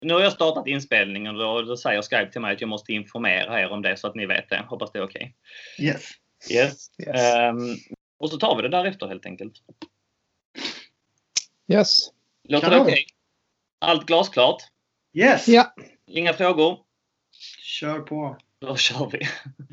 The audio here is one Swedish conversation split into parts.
Nu har jag startat inspelningen och då säger Skype till mig att jag måste informera er om det så att ni vet det. Hoppas det är okej. Yes. Och så tar vi det därefter helt enkelt. Yes. Låter det okej? Allt glasklart? Yes. Ja. Inga frågor? Kör på. Då kör vi.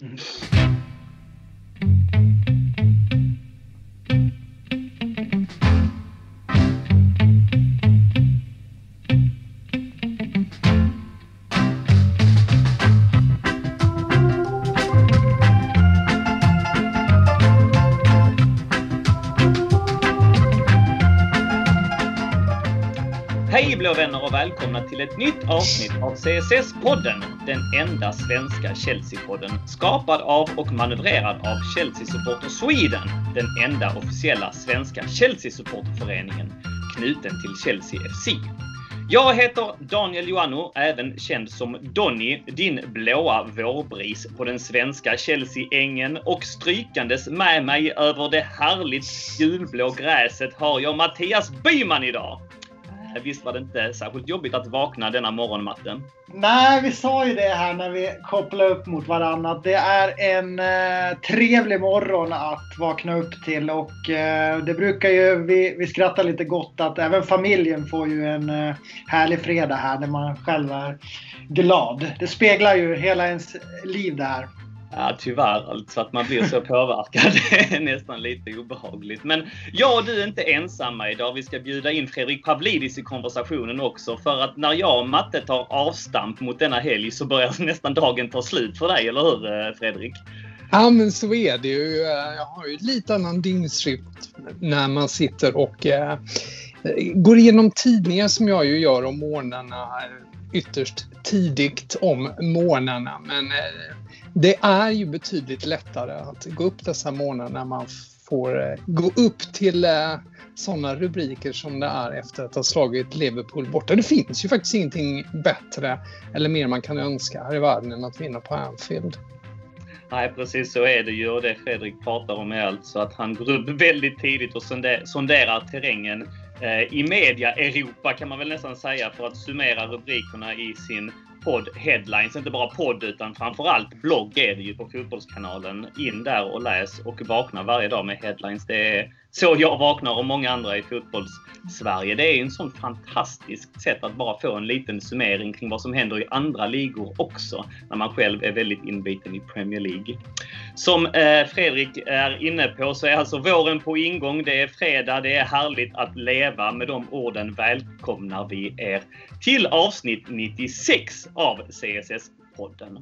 Hej blå vänner och välkomna till ett nytt avsnitt av CSS-podden, den enda svenska Chelsea-podden, skapad av och manövrerad av Chelsea Supporter Sweden, den enda officiella svenska Chelsea-supporterföreningen, knuten till Chelsea FC. Jag heter Daniel Joannou, även känd som Donny, din blåa vårbris på den svenska Chelsea-ängen, och strykandes med mig över det härligt gulblå gräset har jag Mattias Byman idag. Visst var det inte särskilt jobbigt att vakna denna morgonmatten? Nej, vi sa ju det här när vi kopplade upp mot varandra. Det är en trevlig morgon att vakna upp till. Och det brukar ju, vi skrattar lite gott att även familjen får ju en härlig fredag här när man själv är glad. Det speglar ju hela ens liv där. Ja, tyvärr. Alltså att man blir så påverkad. Det är nästan lite obehagligt. Men jag och du är inte ensamma idag. Vi ska bjuda in Fredrik Pavlidis i konversationen också. För att när jag och Matte tar avstamp mot denna helg så börjar nästan dagen ta slut för dig, eller hur Fredrik? Ja, men så är det ju. Jag har ju lite annan dygnsrytm när man sitter och går igenom tidningar som jag ju gör om morgnarna. Ytterst tidigt om morgnarna. Men det är ju betydligt lättare att gå upp dessa morgnar när man får gå upp till sådana rubriker som det är efter att ha slagit Liverpool borta. Det finns ju faktiskt ingenting bättre eller mer man kan önska här i världen än att vinna på Anfield. Nej, precis så är det ju, och det Fredrik pratar om är alltså att han går upp väldigt tidigt och sonderar terrängen i media-Europa kan man väl nästan säga, för att summera rubrikerna i sin podd Headlines. Inte bara podd utan framförallt blogg är det ju på Fotbollskanalen. In där och läs och vakna varje dag med Headlines. Det är så jag vaknar och många andra i fotbolls-Sverige. Det är en sån fantastisk sätt att bara få en liten summering kring vad som händer i andra ligor också, när man själv är väldigt inbiten i Premier League. Som Fredrik är inne på så är alltså våren på ingång. Det är fredag, det är härligt att leva. Med de orden välkomnar vi er till avsnitt 96 av CSS-podden.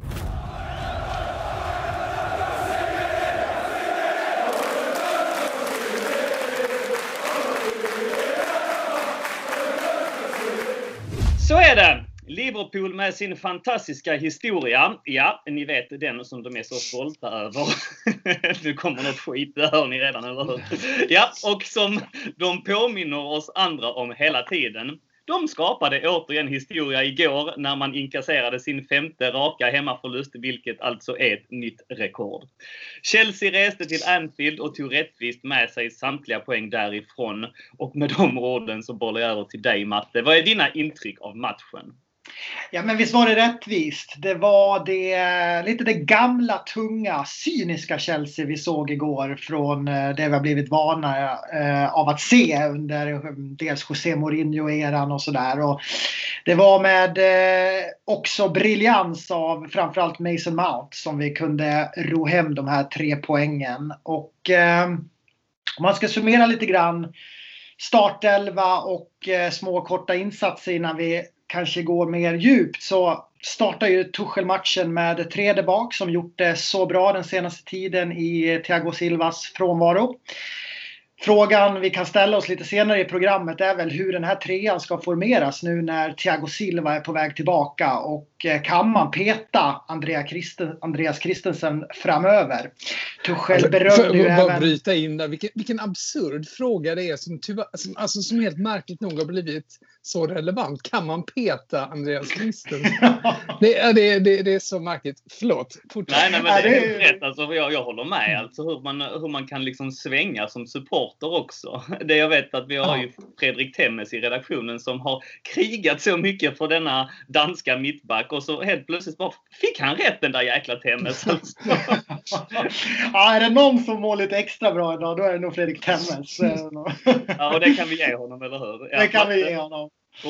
Så är det! Liverpool med sin fantastiska historia. Ja, ni vet den som de är så stolta över. Nu kommer något skit, det hör ni redan, eller hur? Ja, och som de påminner oss andra om hela tiden. De skapade återigen historia igår när man inkasserade sin 5:e raka hemmaförlust, vilket alltså är ett nytt rekord. Chelsea reste till Anfield och tog rättvist med sig samtliga poäng därifrån. Och med de orden så bollar jag över till dig, Matte. Vad är dina intryck av matchen? Ja, men visst var det rättvist. Det var lite det gamla, tunga, cyniska Chelsea vi såg igår från det vi har blivit vana av att se under dels José Mourinho-eran och sådär. Och det var med också briljans av framförallt Mason Mount som vi kunde ro hem de här 3 poängen. Och om man ska summera lite grann startelva och små korta insatser innan vi kanske går mer djupt, så startar ju Tuchel-matchen med 3 där bak som gjort det så bra den senaste tiden i Thiago Silvas frånvaro. Frågan vi kan ställa oss lite senare i programmet är väl hur den här 3:an ska formeras nu när Thiago Silva är på väg tillbaka, och kan man peta Andreas Christensen framöver. Tuchel berömde ju även... bryta in där. Vilken absurd fråga det är som, tyvärr, som helt märkligt nog har blivit så relevant. Kan man peta Andreas Christensen? det är så märkligt. Förlåt. Nej, men det är rätt. Alltså, jag håller med. Alltså, hur man kan liksom svänga som supporter också. Det jag vet att vi har ju Fredrik Temmes i redaktionen som har krigat så mycket för denna danska mittback. Och så helt plötsligt bara fick han rätt, den där jäkla Temmes. Alltså. Ja, är det någon som mår lite extra bra idag, då är det nog Fredrik Temmes. Ja, och det kan vi ge honom, eller hur? Ja, det kan vi ge honom.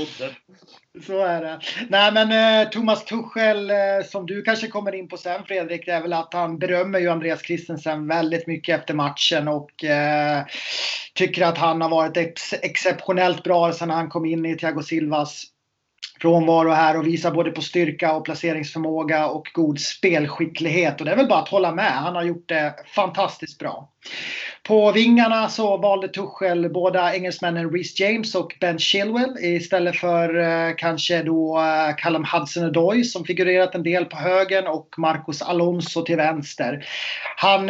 Så är det. Nej, men Thomas Tuchel, som du kanske kommer in på sen, Fredrik, det är väl att han berömmer ju Andreas Christensen väldigt mycket efter matchen och tycker att han har varit exceptionellt bra sedan han kom in i Thiago Silvas frånvaro här och visar både på styrka och placeringsförmåga och god spelskicklighet. Och det är väl bara att hålla med. Han har gjort det fantastiskt bra. På vingarna så valde Tuchel båda engelsmännen Reece James och Ben Chilwell istället för kanske då Callum Hudson-Odoi som figurerat en del på högen och Marcos Alonso till vänster. Han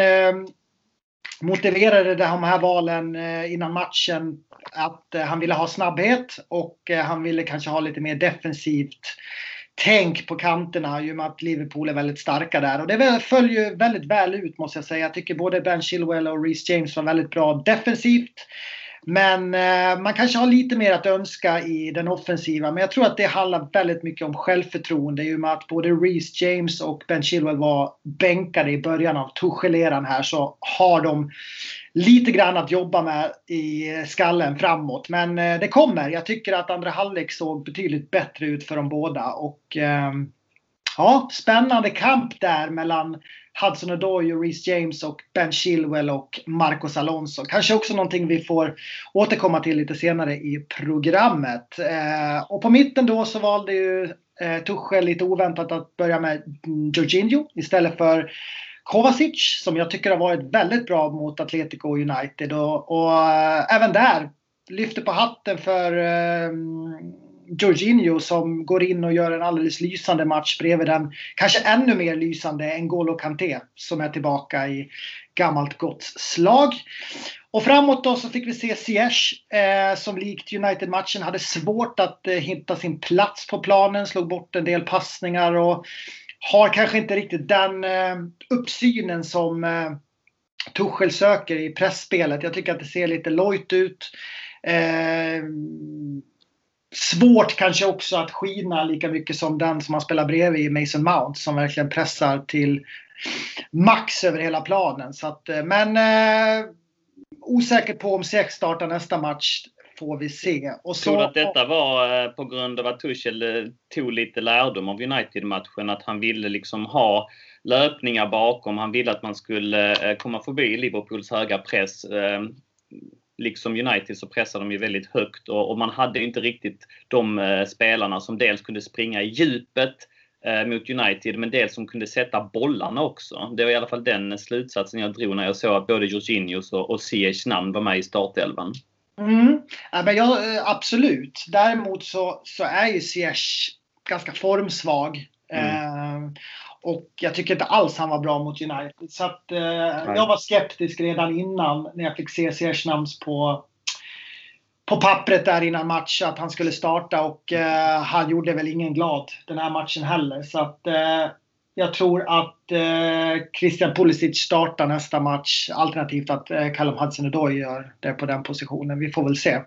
motiverade de här valen innan matchen att han ville ha snabbhet och han ville kanske ha lite mer defensivt tänk på kanterna i och med att Liverpool är väldigt starka där. Och det följer väldigt väl ut, måste jag säga. Jag tycker både Ben Chilwell och Reece James var väldigt bra defensivt. Men man kanske har lite mer att önska i den offensiva. Men jag tror att det handlar väldigt mycket om självförtroende. I och med att både Reece James och Ben Chilwell var bänkade i början av Tuchel-eran här, så har de lite grann att jobba med i skallen framåt. Men det kommer. Jag tycker att andra halvlek såg betydligt bättre ut för de båda. Och ja, spännande kamp där mellan Hudson-Odoi och Reece James och Ben Chilwell och Marcos Alonso. Kanske också någonting vi får återkomma till lite senare i programmet. Och på mitten då så valde ju Tuchel lite oväntat att börja med Jorginho istället för Kovacic, som jag tycker har varit väldigt bra mot Atletico United. Och även där lyfter på hatten för Jorginho som går in och gör en alldeles lysande match bredvid den kanske ännu mer lysande N'Golo Kanté som är tillbaka i gammalt gott slag. Och framåt då så fick vi se Ziyech som likt United-matchen hade svårt att hitta sin plats på planen, slog bort en del passningar och har kanske inte riktigt den uppsynen som Tuchel söker i pressspelet. Jag tycker att det ser lite lojt ut. Svårt kanske också att skina lika mycket som den som han spelar bredvid i Mason Mount som verkligen pressar till max över hela planen. Så att, men osäker på om Ziyech startar nästa match. Får vi se. Och så, tror att detta var på grund av att Tuchel tog lite lärdom av United-matchen. Att han ville liksom ha löpningar bakom. Han ville att man skulle komma förbi Liverpools höga press. Liksom United så pressade de ju väldigt högt. Och man hade inte riktigt de spelarna som dels kunde springa i djupet mot United. Men dels som kunde sätta bollarna också. Det var i alla fall den slutsatsen jag drog när jag såg att både Jorginhos och Ziyechs namn var med i startelvan. Ja, men absolut. Däremot så är ju Ziyech ganska formsvag. Och jag tycker inte alls han var bra mot United. Så att, jag var skeptisk redan innan när jag fick se Ziyechs namn på pappret där innan match att han skulle starta. Och han gjorde väl ingen glad den här matchen heller. Så att jag tror att Christian Pulisic startar nästa match. Alternativt att Callum Hudson-Odoi gör det på den positionen. Vi får väl se.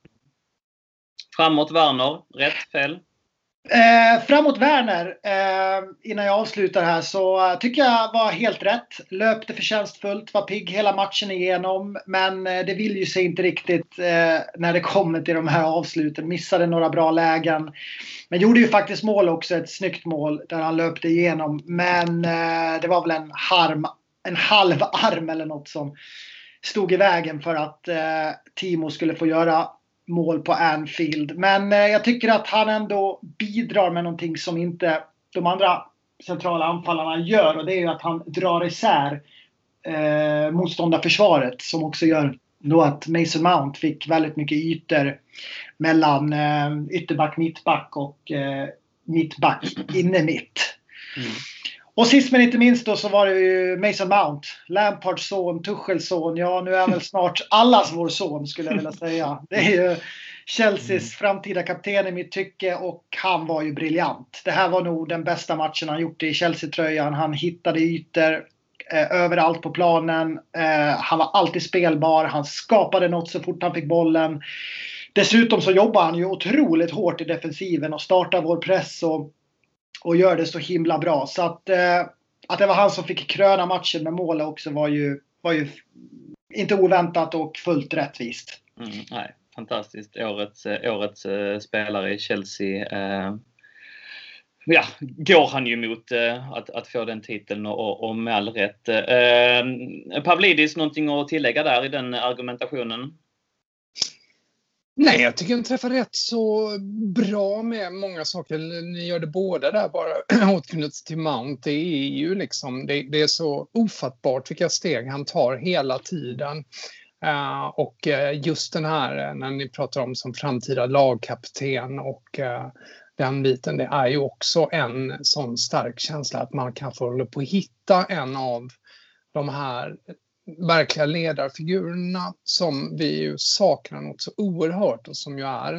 Framåt Werner, rätt, fel? Framåt Werner, innan jag avslutar här så tycker jag var helt rätt. Löpte förtjänstfullt, var pigg hela matchen igenom. Men det vill ju sig inte riktigt när det kommer till de här avsluten. Missade några bra lägen. Men gjorde ju faktiskt mål också, ett snyggt mål där han löpte igenom. Men det var väl en halv arm eller något som stod i vägen för att Timo skulle få göra mål på Anfield. Men jag tycker att han ändå bidrar med någonting som inte de andra centrala anfallarna gör. Och det är ju att han drar isär motståndarförsvaret som också gör då att Mason Mount fick väldigt mycket ytor mellan ytterback, mittback och mittback inne mitt. Och sist men inte minst då så var det ju Mason Mount. Lampards son, Tuchels son. Ja, nu är han väl snart allas vår son skulle jag vilja säga. Det är ju Chelseas framtida kapten i mitt tycke och han var ju briljant. Det här var nog den bästa matchen han gjort i Chelsea-tröjan. Han hittade ytor överallt på planen. Han var alltid spelbar. Han skapade något så fort han fick bollen. Dessutom så jobbar han ju otroligt hårt i defensiven och startar vår press och gör det så himla bra. Så att det var han som fick kröna matchen med mål också var ju inte oväntat och fullt rättvist. Nej, fantastiskt. Årets spelare i Chelsea. Går han ju mot att få den titeln och med all rätt. Pavlidis, någonting att tillägga där i den argumentationen? Nej, jag tycker han träffar rätt så bra med många saker. Ni gör det båda där bara åtknuts till Mount. Det är ju liksom, det är så ofattbart vilka steg han tar hela tiden. Och just den här, när ni pratar om som framtida lagkapten och den biten, det är ju också en sån stark känsla att man kan få hålla på att hitta en av de här verkliga ledarfigurerna som vi ju saknar något så oerhört och som ju är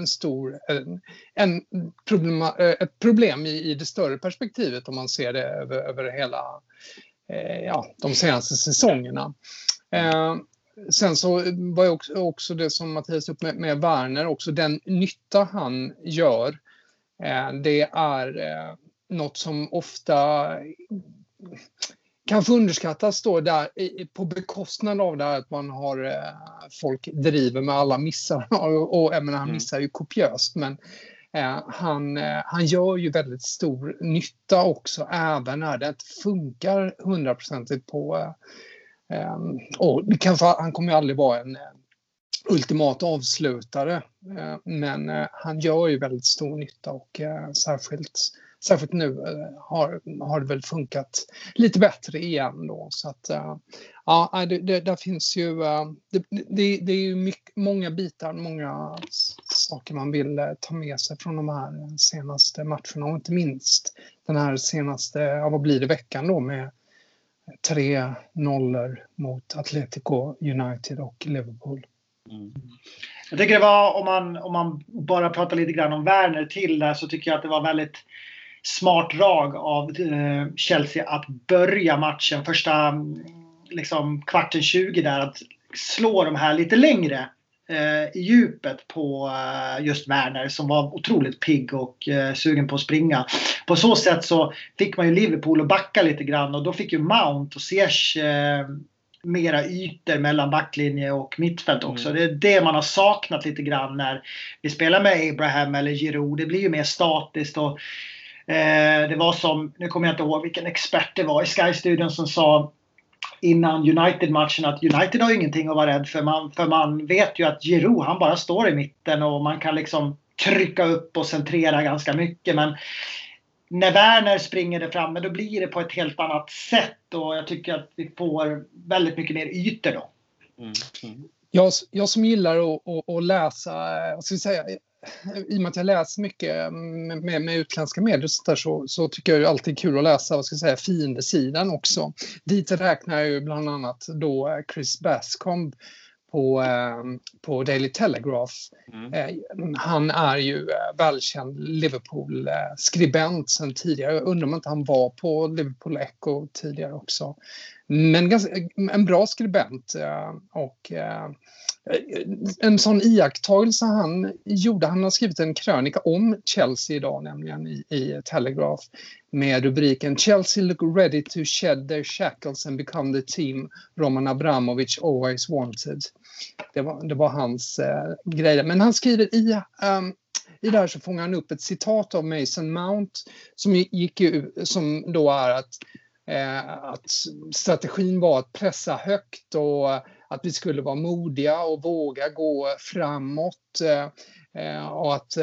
ett problem i det större perspektivet om man ser det över hela de senaste säsongerna. Sen så var ju också det som Mattias upp med Werner, också den nytta han gör, det är något som ofta kan få underskattas då där på bekostnad av det här att man har folk driver med alla missar och jag menar, han missar ju kopiöst, men han gör ju väldigt stor nytta också även när det inte funkar 100% på och han kommer ju aldrig vara en ultimat avslutare, men han gör ju väldigt stor nytta och särskilt nu har det väl funkat lite bättre igen då, så att där finns ju det är ju många bitar, många saker man vill ta med sig från de här senaste matcherna och inte minst den här senaste, vad blir det, veckan då med 3-0 mot Atletico United och Liverpool. Jag tycker det var, om man bara pratar lite grann om Werner till där, så tycker jag att det var väldigt smart drag av Chelsea att börja matchen första liksom kvarten 20 där, att slå de här lite längre i djupet på just Werner som var otroligt pigg och sugen på att springa. På så sätt så fick man ju Liverpool att backa lite grann och då fick ju Mount och Ziyech mera ytor mellan backlinje och mittfält också. Det är det man har saknat lite grann när vi spelar med Abraham eller Giroud. Det blir ju mer statiskt och det var som, nu kommer jag inte ihåg vilken expert det var i Sky-studion som sa innan United-matchen att United har ju ingenting att vara rädd för man vet ju att Giroud, han bara står i mitten och man kan liksom trycka upp och centrera ganska mycket, men när Werner springer det framme då blir det på ett helt annat sätt och jag tycker att vi får väldigt mycket mer ytor då. Jag som gillar att läsa, vad ska vi säga, i och med att jag läser mycket med utländska medier så tycker jag ju alltid kul att läsa, vad ska jag säga, fiendesidan också. Dit räknar jag ju bland annat då Chris Bascombe på Daily Telegraph. Han är ju välkänd Liverpool-skribent sedan tidigare. Jag undrar om inte han var på Liverpool Echo tidigare också. Men en bra skribent och en sån iakttagelse han gjorde. Han har skrivit en krönika om Chelsea idag, nämligen i Telegraph, med rubriken Chelsea look ready to shed their shackles and become the team Roman Abramovich always wanted. Det var hans grej. Men han skriver i det här så fångar han upp ett citat av Mason Mount som då är att strategin var att pressa högt och att vi skulle vara modiga och våga gå framåt och att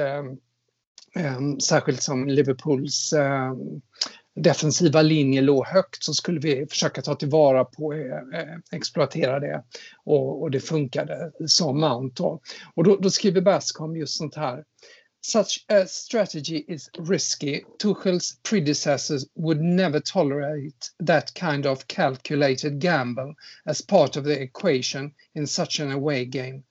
särskilt som Liverpools defensiva linje låg högt så skulle vi försöka ta tillvara på exploatera det och det funkade som Mount. Och då skriver Bascombe just sånt här. Such a strategy is risky. Tuchel's predecessors would never tolerate that kind of calculated gamble as part of the equation in such an away game.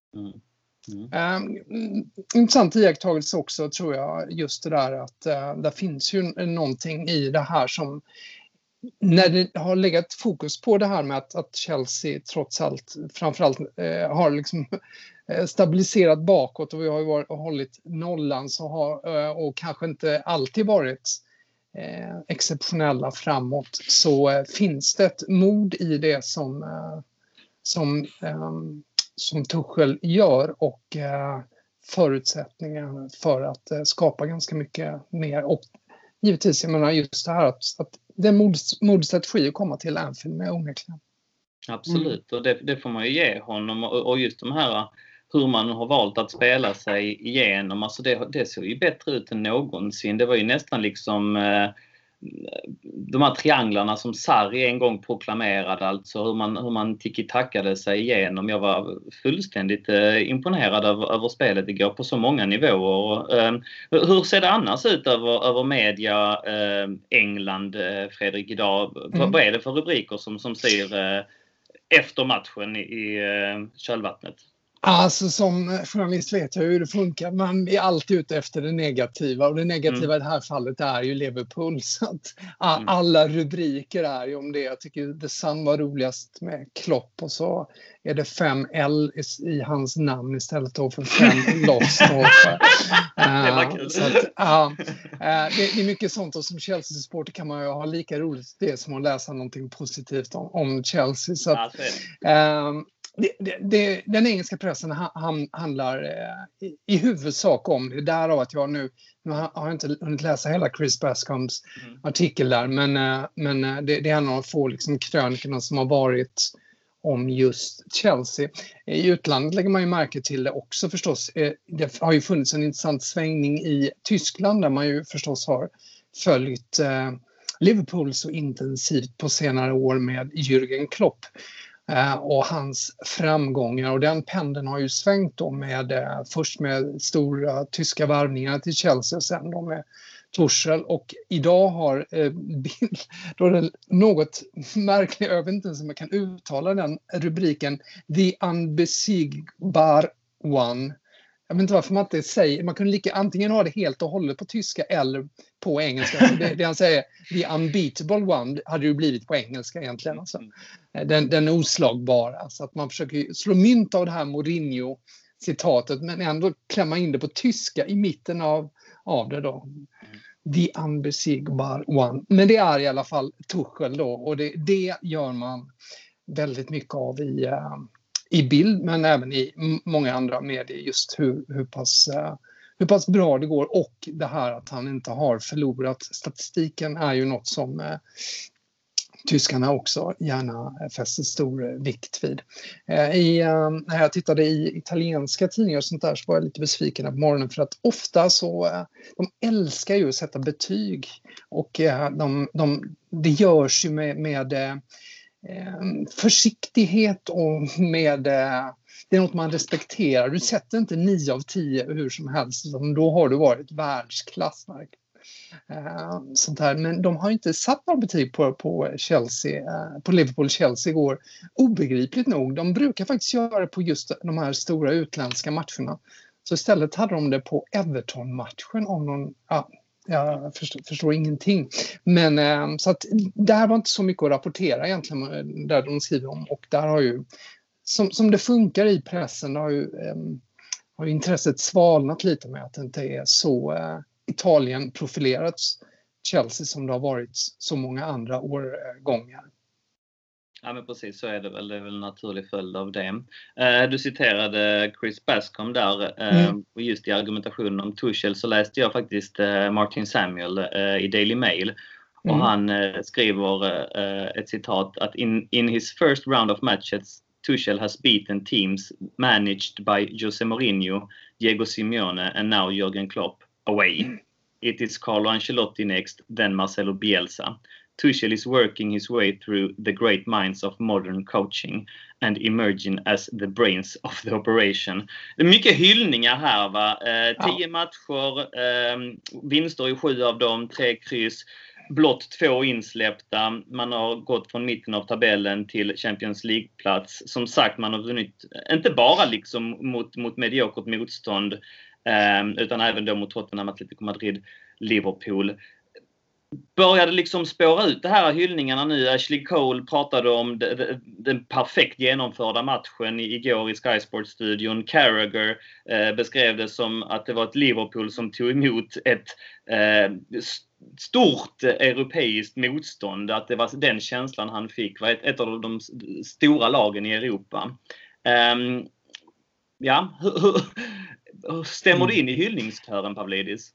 Intressant iakttagelse också, tror jag, just det där att det finns ju någonting i det här som, när det har legat fokus på det här med att Chelsea trots allt framförallt har liksom stabiliserat bakåt, och vi har ju hållit nollan och kanske inte alltid varit exceptionella framåt, så finns det ett mod i det som Tuchel gör, och förutsättningar för att skapa ganska mycket mer. Och givetvis, jag menar just det här att det är modig strategi att komma till Anfield med onekligen. Absolut, och det får man ju ge honom, och just de här hur man har valt att spela sig igenom, alltså det ser ju bättre ut än någonsin. Det var ju nästan liksom de här trianglarna som Sarri en gång proklamerade, alltså hur man tiki-tackade sig igenom. Jag var fullständigt imponerad över spelet igår på så många nivåer. Hur ser det annars ut över media England, Fredrik, idag? Vad är det för rubriker som ser efter matchen i kölvattnet? Alltså, som journalist vet jag hur det funkar. Man är alltid ute efter det negativa, och det negativa i det här fallet är ju Liverpool. Så att alla rubriker är ju om det. Jag tycker The Sun var roligast med Klopp, och så är det 5L i hans namn istället för 5 loss. Det var kul. Så att, det är mycket sånt, och som Chelsea-supporter kan man ju ha lika roligt det som att läsa någonting positivt om Chelsea. Så att, den engelska pressen handlar i huvudsak om det. Därav att jag nu har jag inte hunnit läsa hela Chris Bascombs artikel där, men det är en av de få liksom krönikorna som har varit om just Chelsea. I utlandet lägger man ju märke till det också förstås. Det har ju funnits en intressant svängning i Tyskland, där man ju förstås har följt Liverpool så intensivt på senare år med Jürgen Klopp och hans framgångar, och den pendeln har ju svängt då först med stora tyska värvningar till Chelsea och sen då med Tuchel, och idag har då den något märkliga, jag vet inte ens om man kan uttala den rubriken, The Unbesiegbar One. Jag vet inte varför man inte säger, man kunde antingen ha det helt och hållet på tyska eller på engelska. Så det han säger, The Unbeatable One, hade ju blivit på engelska egentligen. Alltså. Den är oslagbara. Så att man försöker slå mynt av det här Mourinho-citatet, men ändå klämma in det på tyska i mitten av det då. The Unbesiegbar One. Men det är i alla fall Tuchel då, och det gör man väldigt mycket av i bild, men även i många andra medier, just hur pass bra det går, och det här att han inte har förlorat. Statistiken är ju något som tyskarna också gärna fäster stor vikt vid. När jag tittade i italienska tidningar och sånt där, så var jag lite besviken på morgonen, för att ofta så de älskar ju att sätta betyg, och det görs ju med försiktighet, och med det är något man respekterar. Du sätter inte 9 av 10 hur som helst, då har du varit världsklass. Sånt här. Men de har inte satt några betyg på Chelsea, på Liverpool-Chelsea igår. Obegripligt nog. De brukar faktiskt göra det på just de här stora utländska matcherna. Så istället hade de det på Everton-matchen om någon... Jag förstår ingenting. Men så att där var inte så mycket att rapportera egentligen, där de skriver om. Och där har ju, som det funkar i pressen, har ju intresset svalnat lite med att det inte är så Italien profilerat Chelsea som det har varit så många andra årgångar. Ja, men precis, så är det väl en naturlig följd av det. Du citerade Chris Bascomb där, och just i argumentationen om Tuchel så läste jag faktiskt Martin Samuel i Daily Mail, och han skriver ett citat att in his first round of matches Tuchel has beaten teams managed by Jose Mourinho, Diego Simeone and now Jürgen Klopp away. It is Carlo Ancelotti next, then Marcelo Bielsa. Tuchel is working his way through the great minds of modern coaching and emerging as the brains of the operation. Det är mycket hyllningar här, va? 10 matcher, vinster i 7 av dem, 3 kryss, blott 2 insläppta. Man har gått från mitten av tabellen till Champions League-plats. Som sagt, man har vunnit inte bara liksom mot mediokert motstånd, utan även då mot Tottenham, Atletico Madrid, Liverpool. Började liksom spåra ut det här hyllningarna nu. Ashley Cole pratade om den perfekt genomförda matchen igår i Sky Sports-studion. Carragher beskrev det som att det var ett Liverpool som tog emot ett stort europeiskt motstånd. Att det var den känslan han fick. Var ett av de stora lagen i Europa. Ja, hur stämmer du in i hyllningskören, Pavlidis?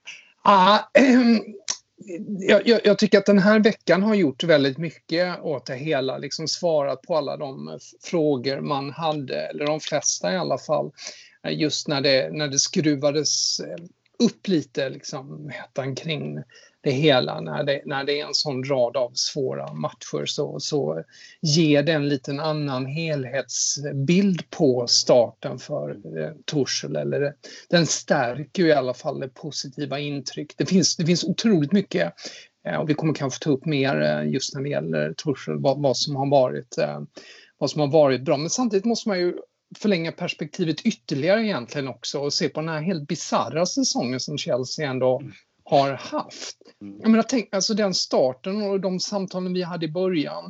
Jag tycker att den här veckan har gjort väldigt mycket åt det hela. Liksom svarat på alla de frågor man hade, eller de flesta i alla fall. Just när det skruvades upp lite liksom, hettan kring det hela. När det är en sån rad av svåra matcher så ger det en liten annan helhetsbild på starten för Tuchel. Eller den stärker ju i alla fall det positiva intryck. Det finns otroligt mycket, och vi kommer kanske ta upp mer just när det gäller Tuchel, vad som har varit bra. Men samtidigt måste man ju förlänga perspektivet ytterligare egentligen också och se på den här helt bizarra säsongen som Chelsea ändå har haft. Jag menar, tänk, alltså den starten och de samtalen vi hade i början.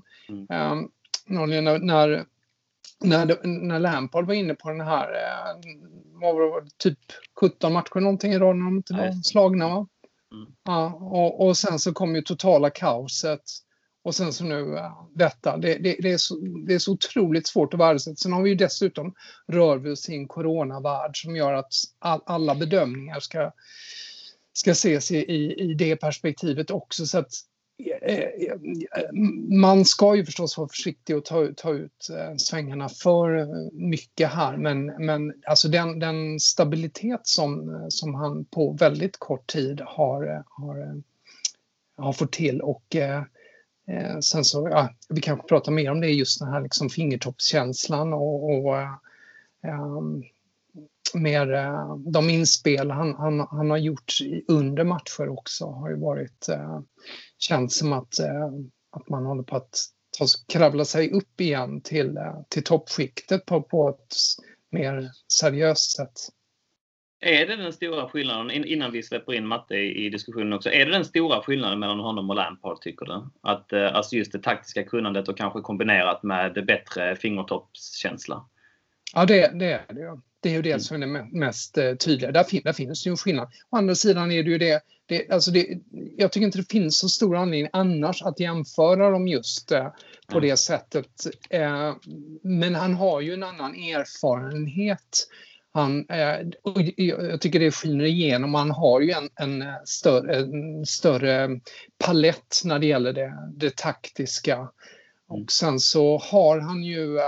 När Lampard var inne på den här, var det typ 17 matcher någonting i rad när de inte var slagna, va? Ja, och sen så kom ju totala kaoset. Och sen så nu detta. Det är så otroligt svårt att värdesätta. Sen har vi ju dessutom rör vi oss i en coronavärld som gör att alla bedömningar ska ses i det perspektivet också. Så att man ska ju förstås vara försiktig och ta ut svängarna för mycket här. Men alltså den stabilitet som han på väldigt kort tid har fått till, och sen så, vi kanske pratar mer om det, just den här liksom fingertoppskänslan och mer de inspel han har gjort under matcher också har ju varit, känns som att man håller på att kravla sig upp igen till toppskiktet på ett mer seriöst sätt. Är det den stora skillnaden, innan vi släpper in Matte i diskussionen också, är det den stora skillnaden mellan honom och Lampard, tycker du? Att alltså just det taktiska kunnandet och kanske kombinerat med det bättre fingertoppskänsla? Ja, det är det. Det är ju det som är det mest tydliga. Där finns ju en skillnad. Å andra sidan är det ju jag tycker inte det finns så stor anledning annars att jämföra dem just på det sättet. Men han har ju en annan erfarenhet. Jag tycker det skiner igenom. Han har ju en större palett när det gäller det taktiska. Och sen så har han ju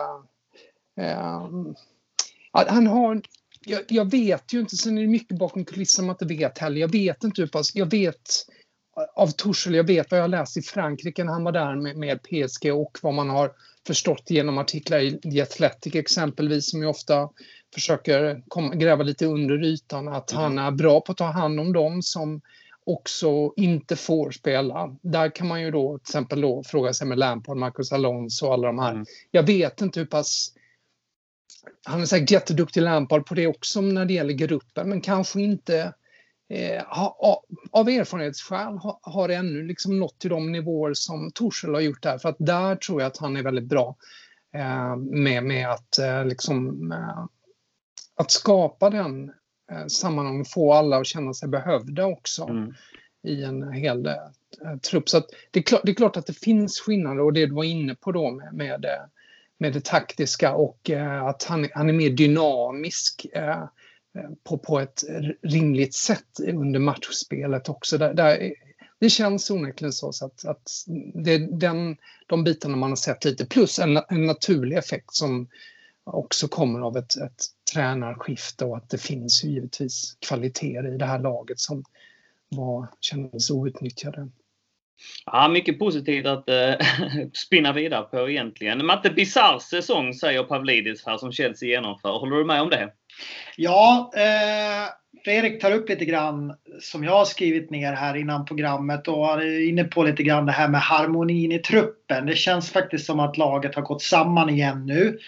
han har, jag vet ju inte, sen är det mycket bakom kulisserna man inte vet heller. Jag vet inte hur pass, jag vet av Tuchel, jag vet vad jag läst i Frankrike när han var där med PSG, och vad man har förstått genom artiklar i Athletic exempelvis, som ju ofta försöker gräva lite under ytan, att han är bra på att ta hand om dem som också inte får spela. Där kan man ju då till exempel fråga sig med Lampard, Marcus Alonso och alla de här. Jag vet inte hur pass, han är säkert jätteduktig Lampard på det också när det gäller gruppen, men kanske inte av erfarenhetsskäl har ännu liksom nått till de nivåer som Tuchel har gjort där. För att där tror jag att han är väldigt bra med att att skapa den sammanhang, få alla att känna sig behövda också i en hel trupp. Så att det är klart att det finns skillnader, och det du var inne på då med det taktiska, och att han är mer dynamisk på ett rimligt sätt under matchspelet också. Det känns onekligen så att det är de bitarna man har sett lite, plus en naturlig effekt som också kommer av ett tränarskifte, och att det finns ju givetvis kvaliteter i det här laget som kändes outnyttjade. Ja, mycket positivt att spinna vidare på egentligen. Matte, bizarr säsong säger Pavlidis här som Chelsea genomför. Håller du med om det? Ja, Fredrik tar upp lite grann som jag har skrivit ner här innan programmet och är inne på lite grann det här med harmonin i truppen. Det känns faktiskt som att laget har gått samman igen nu.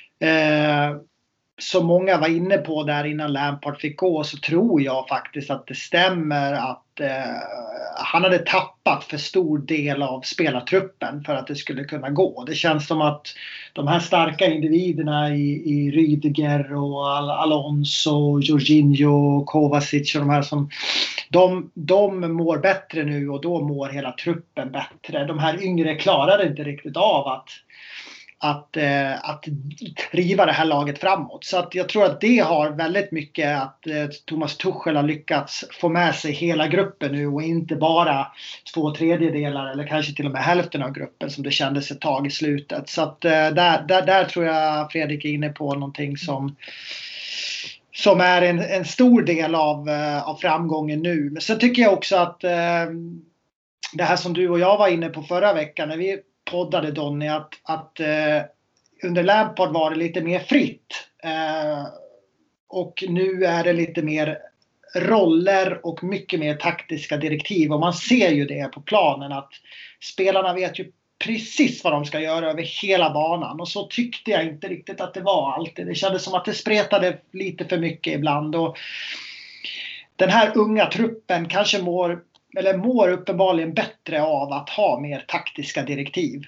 Som många var inne på där innan Lampard fick gå, så tror jag faktiskt att det stämmer att han hade tappat för stor del av spelartruppen för att det skulle kunna gå. Det känns som att de här starka individerna i Rüdiger och Alonso, Jorginho, Kovacic och de här som de mår bättre nu, och då mår hela truppen bättre. De här yngre klarade inte riktigt av att driva det här laget framåt. Så att jag tror att det har väldigt mycket att Thomas Tuchel har lyckats få med sig hela gruppen nu och inte bara 2/3 eller kanske till och med hälften av gruppen som det kändes ett tag i slutet. Så att där tror jag Fredrik är inne på någonting som är en stor del av framgången nu. Men så tycker jag också att det här som du och jag var inne på förra veckan när vi poddade, Donny, att under Lampard var det lite mer fritt. Och nu är det lite mer roller och mycket mer taktiska direktiv. Och man ser ju det på planen att spelarna vet ju precis vad de ska göra över hela banan. Och så tyckte jag inte riktigt att det var alltid. Det kändes som att det spretade lite för mycket ibland. Och den här unga truppen kanske mår uppenbarligen bättre av att ha mer taktiska direktiv.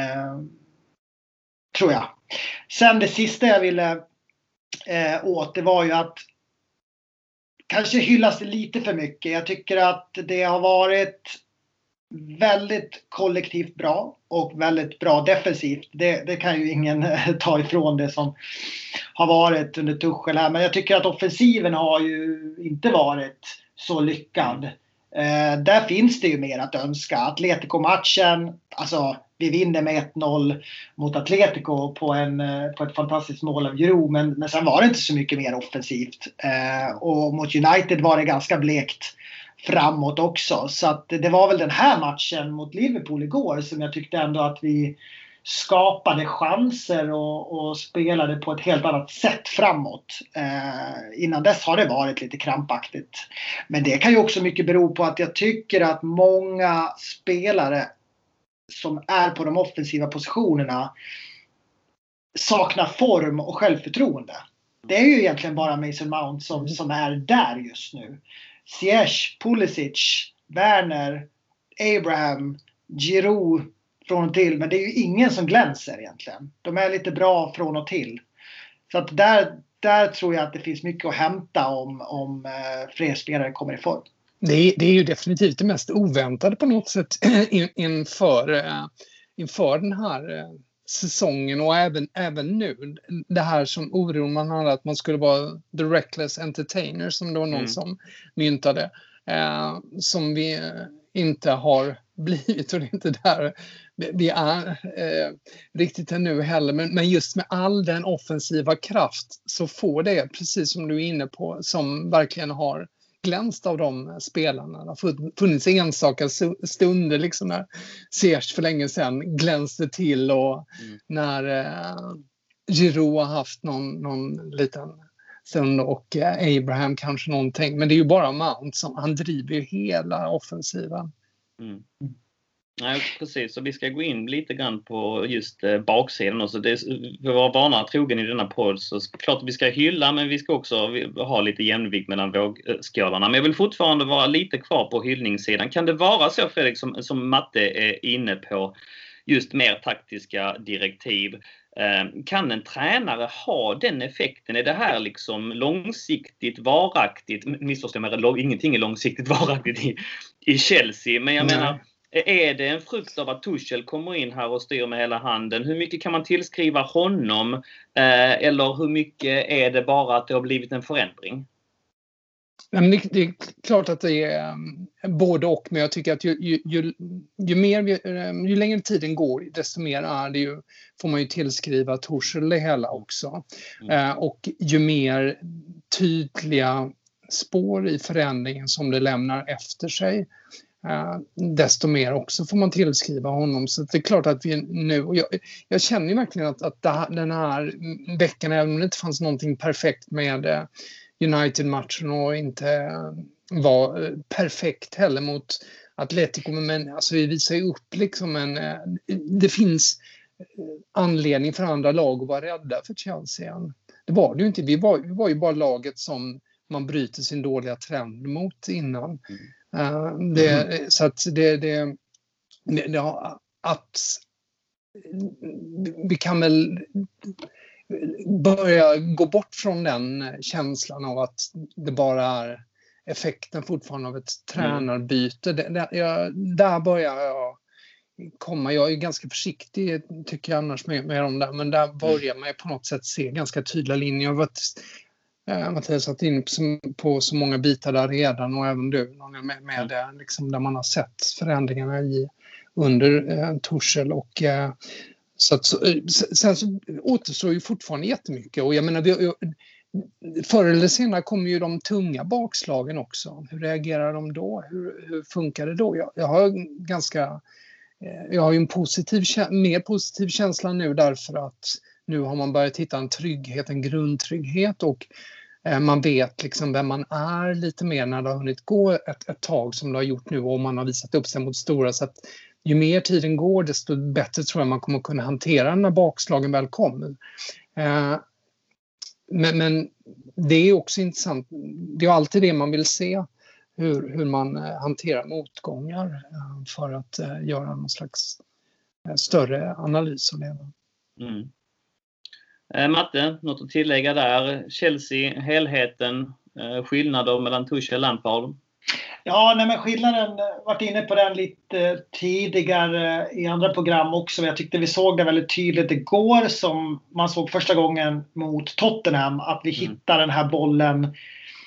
Tror jag. Sen det sista jag ville åt, det var ju att kanske hyllas det lite för mycket. Jag tycker att det har varit väldigt kollektivt bra och väldigt bra defensivt. Det kan ju ingen ta ifrån det som har varit under Tuchel här. Men jag tycker att offensiven har ju inte varit så lyckad. Där finns det ju mer att önska. Atletico-matchen, alltså vi vinner med 1-0 mot Atletico på ett fantastiskt mål av Giroud, men sen var det inte så mycket mer offensivt. Och mot United var det ganska blekt framåt också. Så att det var väl den här matchen mot Liverpool igår som jag tyckte ändå att vi skapade chanser och spelade på ett helt annat sätt framåt. Innan dess har det varit lite krampaktigt. Men det kan ju också mycket bero på att jag tycker att många spelare som är på de offensiva positionerna saknar form och självförtroende. Det är ju egentligen bara Mason Mount som är där just nu. Ziyech, Pulisic, Werner, Abraham, Giroud från och till, men det är ju ingen som glänser egentligen. De är lite bra från och till. Så att där tror jag att det finns mycket att hämta om fler spelare kommer i form. Det är ju definitivt det mest oväntade på något sätt inför den här säsongen och även nu. Det här som oroar man hade att man skulle vara the reckless entertainer som det var någon som myntade. Som vi inte har blivit och det är inte där vi är riktigt ännu heller. Men just med all den offensiva kraft så får det, precis som du är inne på, som verkligen har glänst av de spelarna. Det har funnits enstaka stunder liksom när Ziyech för länge sedan glänste till och när Giroud har haft någon liten stund och Abraham kanske någonting. Men det är ju bara Mount som han driver hela offensiven. Nej, precis. Så vi ska gå in lite grann på just baksidan också. För att vara vana trogen i denna podd så klart att vi ska hylla, men vi ska också ha lite jämvikt mellan vågskålarna. Men jag vill fortfarande vara lite kvar på hyllningssidan. Kan det vara så, Fredrik, som Matte är inne på, just mer taktiska direktiv? Kan en tränare ha den effekten? Är det här liksom långsiktigt varaktigt? Missförstå mig, ingenting är långsiktigt varaktigt i Chelsea, men jag menar, är det en frukt av att Tuchel kommer in här och styr med hela handen? Hur mycket kan man tillskriva honom? Eller hur mycket är det bara att det har blivit en förändring? Det är klart att det är både och, men jag tycker att ju längre tiden går, desto mer är det ju, får man ju tillskriva Tuchel det hela också. Och ju mer tydliga spår i förändringen som det lämnar efter sig, desto mer också får man tillskriva honom. Så det är klart att vi nu, och jag känner ju verkligen att den här veckan, även om det inte fanns någonting perfekt med United-matchen och inte var perfekt heller mot Atletico, men alltså vi visar ju upp liksom det finns anledning för andra lag att vara rädda för Chelsea. Det var det ju inte. Vi var ju bara laget som man bryter sin dåliga trend mot innan. Så att att vi kan väl börja gå bort från den känslan av att det bara är effekten fortfarande av ett tränarbyte. Där börjar jag komma. Jag är ganska försiktig, tycker jag annars med dem där, men där börjar man på något sätt se ganska tydliga linjer. Jag har varit satt in på så många bitar där redan, och även du med det, liksom, där man har sett förändringarna under Tuchel, och sen så återstår ju fortfarande jättemycket, och jag menar förr eller senare kommer ju de tunga bakslagen också. Hur reagerar de då? Hur funkar det då? Jag har ju en mer positiv känsla nu, därför att nu har man börjat hitta en grundtrygghet, och man vet liksom vem man är lite mer när det har hunnit gå ett tag som det har gjort nu, och man har visat upp sig mot stora. Så att ju mer tiden går, desto bättre tror jag man kommer kunna hantera när bakslagen väl kommer. Men det är också intressant. Det är alltid det man vill se. Hur man hanterar motgångar, för att göra någon slags större analys av det. Matte, något att tillägga där? Chelsea, helheten, skillnader mellan Tuchel och Lampard? Ja, men skillnaden, varit inne på den lite tidigare i andra program också. Jag tyckte vi såg det väldigt tydligt igår, som man såg första gången mot Tottenham, att vi hittar den här bollen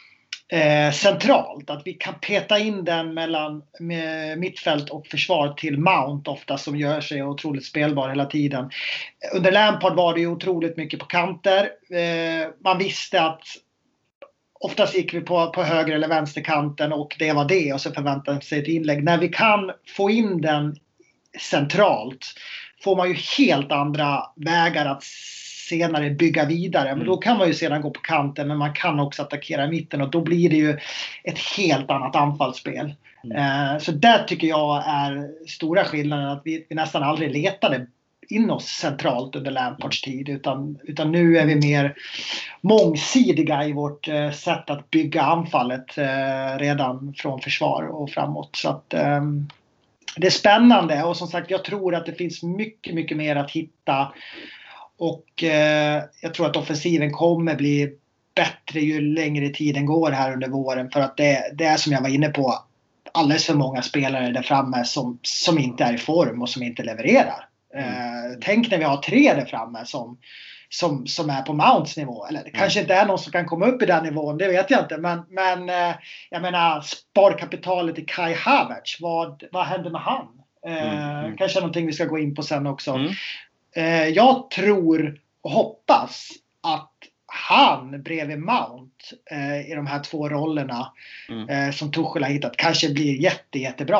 centralt. Att vi kan peta in den mellan mittfält och försvar till Mount ofta, som gör sig otroligt spelbar hela tiden. Under Lampard var det ju otroligt mycket på kanter. Man visste att oftast gick vi på höger eller vänsterkanten, och det var det, och så förväntade sig ett inlägg. När vi kan få in den centralt får man ju helt andra vägar att senare bygga vidare. Men då kan man ju sedan gå på kanten, men man kan också attackera i mitten, och då blir det ju ett helt annat anfallsspel. Så där tycker jag är stora skillnaden, att vi nästan aldrig letade in oss centralt under Lampards tid, utan nu är vi mer mångsidiga i vårt sätt att bygga anfallet redan från försvar och framåt. Så att det är spännande, och som sagt, jag tror att det finns mycket, mycket mer att hitta, och jag tror att offensiven kommer bli bättre ju längre tiden går här under våren, för att det är, som jag var inne på, alldeles för många spelare där framme som inte är i form och som inte levererar. Tänk när vi har 3 där framme som är på Mounts nivå. Eller det kanske inte är någon som kan komma upp i den nivån, det vet jag inte. Men jag menar, sparkapitalet i Kai Havertz, vad händer med han? Kanske någonting vi ska gå in på sen också. Jag tror och hoppas att han bredvid Mount i de här 2 rollerna som Tuchel har hittat kanske blir jättebra.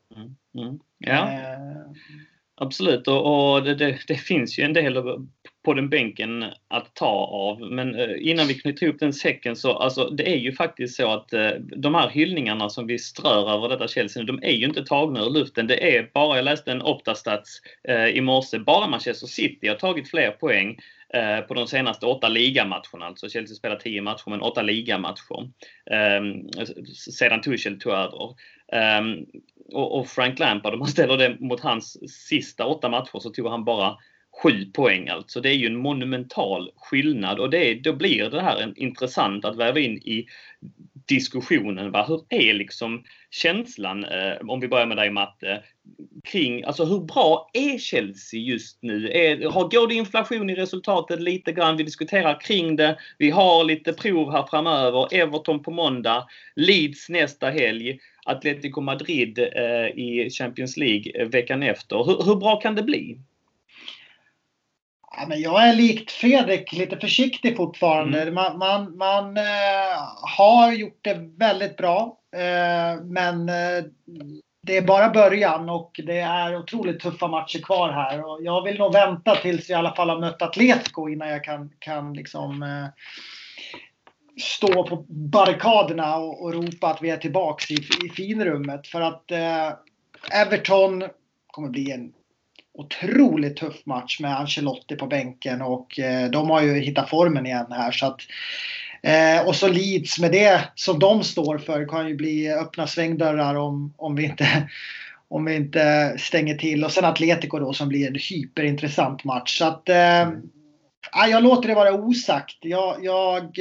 Ja. Absolut, och det finns ju en del på den bänken att ta av. Men innan vi knyter ihop den säcken, så alltså, det är ju faktiskt så att de här hyllningarna som vi strör över detta Chelsea, de är ju inte tagna ur luften. Det är bara, jag läste en Opta-stats i morse, bara Manchester City har tagit fler poäng på de senaste 8 ligamatcherna. Alltså Chelsea spelar 10 matcher, men 8 ligamatcher sedan Tuchel tog över. Och Frank Lampard, om man ställer det mot hans sista 8 matcher, så tog han bara 7 poäng. Alltså det är ju en monumental skillnad, och då blir det här intressant att väva in i diskussionen. Hur är liksom känslan, om vi börjar med dig Matte, kring alltså hur bra är Chelsea just nu? Går det inflation i resultatet lite grann? Vi diskuterar kring det. Vi har lite prov här framöver. Everton på måndag, Leeds nästa helg, Atletico Madrid i Champions League veckan efter. Hur bra kan det bli? Ja, men jag är likt Fredrik lite försiktig fortfarande. Man har gjort det väldigt bra. Men det är bara början och det är otroligt tuffa matcher kvar här. Och jag vill nog vänta tills jag i alla fall har mött Atletico innan jag kan liksom stå på barrikaderna och ropa att vi är tillbaka i finrummet. För att Everton kommer bli en otroligt tuff match med Ancelotti på bänken och de har ju hittat formen igen här. Så att, och så Leeds med det som de står för kan ju bli öppna svängdörrar om vi inte stänger till. Och sen Atletico då som blir en hyperintressant match. Så att jag låter det vara osagt. Jag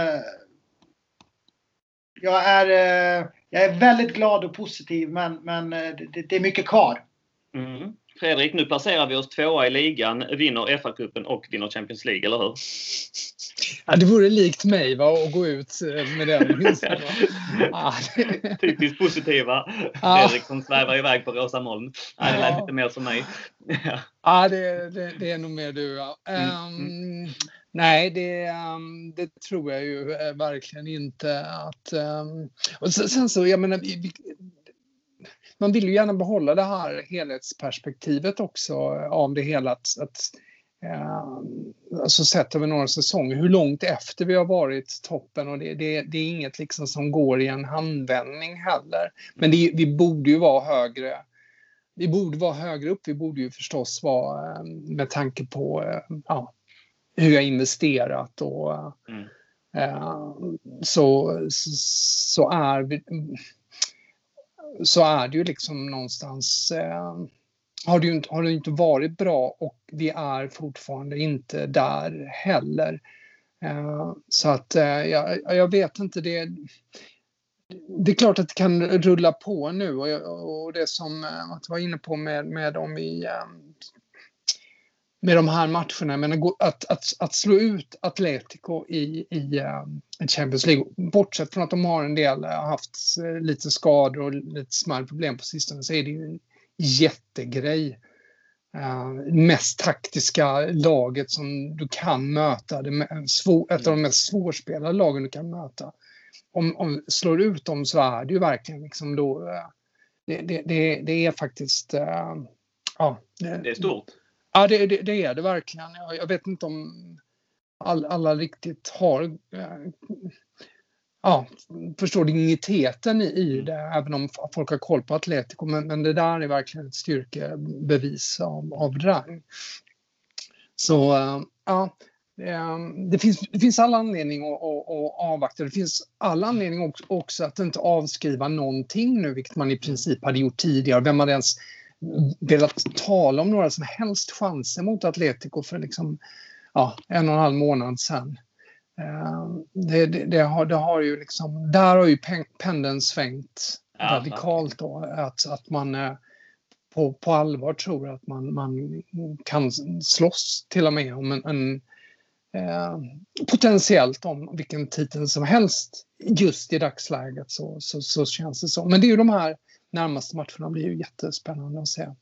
är väldigt glad och positiv men det är mycket kvar. Mm. Fredrik, nu placerar vi oss 2:a i ligan, vinner FA-cupen och vinner Champions League, eller hur? Ja, det vore likt mig att gå ut med den. Typiskt positiva. Fredrik som svävar iväg på rosa moln. Det lät lite mer som mig. Ja, det är nog mer du. Nej, det tror jag ju verkligen inte att... och sen så, jag menar... Man vill ju gärna behålla det här helhetsperspektivet också av det hela. Alltså sett över några säsonger, hur långt efter vi har varit toppen. Och det är inget liksom som går i en handvändning heller. Men vi borde ju vara högre. Vi borde vara högre upp. Vi borde ju förstås vara med tanke på hur jag investerat. Och, så är det ju liksom någonstans har det inte varit bra och vi är fortfarande inte där heller. Så att jag vet inte, det är klart att det kan rulla på nu och det som att var inne på med dem med de här matcherna, men att slå ut Atletico i Champions League, bortsett från att de har en del haft lite skador och lite smärre problem på sistone, så är det ju en jättegrej. Mest taktiska laget som du kan möta, ett av de mest svårspelade lagen du kan möta. Om slår ut dem så är det ju verkligen liksom då det är faktiskt det är stort. Ja, det är det verkligen. Jag vet inte om alla riktigt har förstår digniteten i det, även om folk har koll på Atletico. Men det där är verkligen ett styrkebevis av rang. Så det finns alla anledning att avvakta. Det finns alla anledning också att inte avskriva någonting nu, vilket man i princip hade gjort tidigare. Vem hade ens velat tala om några som helst chanser mot Atletico för liksom 1,5 månad sedan. Det har ju liksom, där har ju pendeln svängt radikalt då, att man på allvar tror att man kan slåss till och med om en potentiellt om vilken titel som helst just i dagsläget, så känns det så. Men det är ju de här närmaste matcherna blir ju jättespännande att se.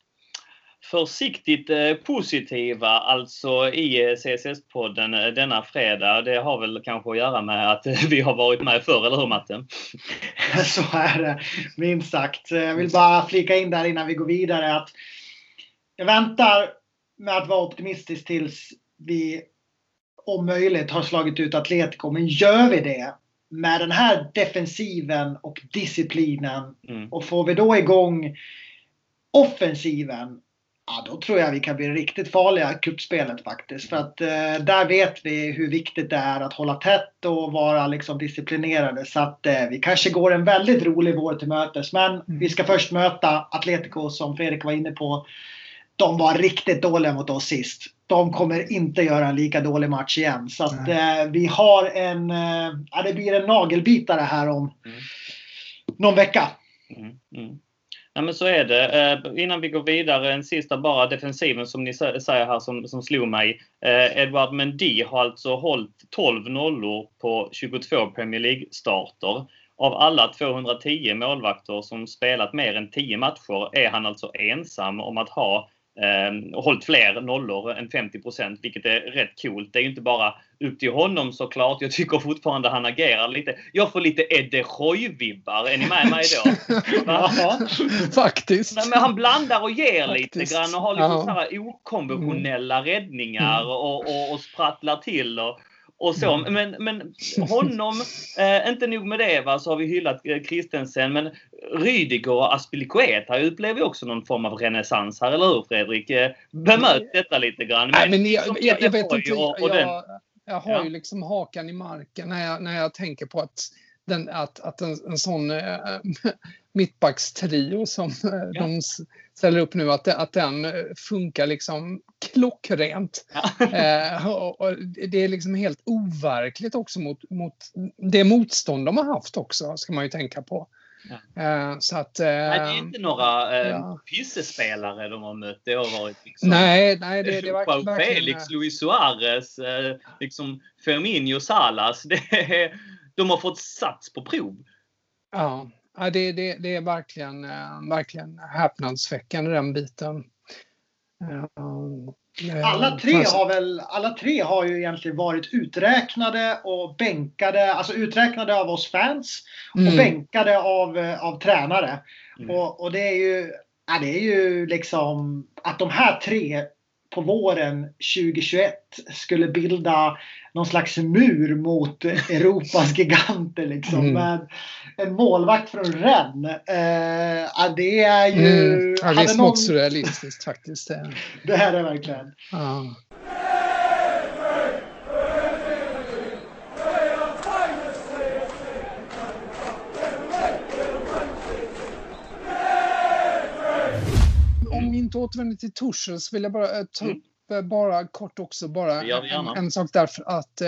Försiktigt positiva alltså i CSS-podden denna fredag. Det har väl kanske att göra med att vi har varit med förr, eller hur Matte? Så är det, minst sagt. Jag vill bara flika in där innan vi går vidare att jag väntar med att vara optimistisk tills vi om möjligt har slagit ut Atletico. Men gör vi det med den här defensiven och disciplinen och får vi då igång offensiven, då tror jag vi kan bli riktigt farliga i kuppspelet faktiskt. För att där vet vi hur viktigt det är att hålla tätt och vara liksom disciplinerade. Så att vi kanske går en väldigt rolig vår till mötes. Men vi ska först möta Atletico som Fredrik var inne på. De var riktigt dåliga mot oss sist. De kommer inte göra en lika dålig match igen. Så att vi har det blir en nagelbitare här om någon vecka. Ja, men så är det. Innan vi går vidare, en sista bara defensiven som ni säger här som slog mig. Edouard Mendy har alltså hållit 12 nollor på 22 Premier League-starter. Av alla 210 målvakter som spelat mer än 10 matcher är han alltså ensam om att ha hållit fler nollor än 50%, vilket är rätt coolt. Det är ju inte bara upp till honom såklart. Jag tycker fortfarande han agerar lite. Jag får lite Edde Roy-vibbar. Är ni med mig då? Ja, faktiskt. Nej, men han blandar och ger faktiskt. Lite grann och har liksom så här okonventionella räddningar och sprattlar till och så. Men honom, inte nog med det, va, så har vi hyllat Christensen, men Rydiger och Aspilicueta upplever också någon form av renässans här, eller hur Fredrik? Bemöt detta lite grann. Nej, men jag vet inte, jag har ju liksom hakan i marken när jag tänker på att en sån mittbackstrio som de ställer upp nu, att den funkar liksom klockrent. Och det är liksom helt overkligt också mot det motstånd de har haft också, ska man ju tänka på. Så att, nej, det är inte några pissespelare de har mött. Det har varit liksom, nej, det var verkligen Felix, Luis Suarez, liksom Firmino, Salas. De har fått sats på prov. Ja, det är verkligen häpnadsväckande, den biten. Alla tre har ju egentligen varit uträknade och bänkade, alltså uträknade av oss fans och bänkade av tränare. Och det är ju liksom att de här tre på våren 2021 skulle bilda någon slags mur mot Europas giganter liksom, med en målvakt från Rennes. Det är ju... det är smått surrealistiskt faktiskt. Det här är verkligen. Ja. Om vi inte återvänder till Tuchel så vill jag bara ta upp bara kort också en sak, därför att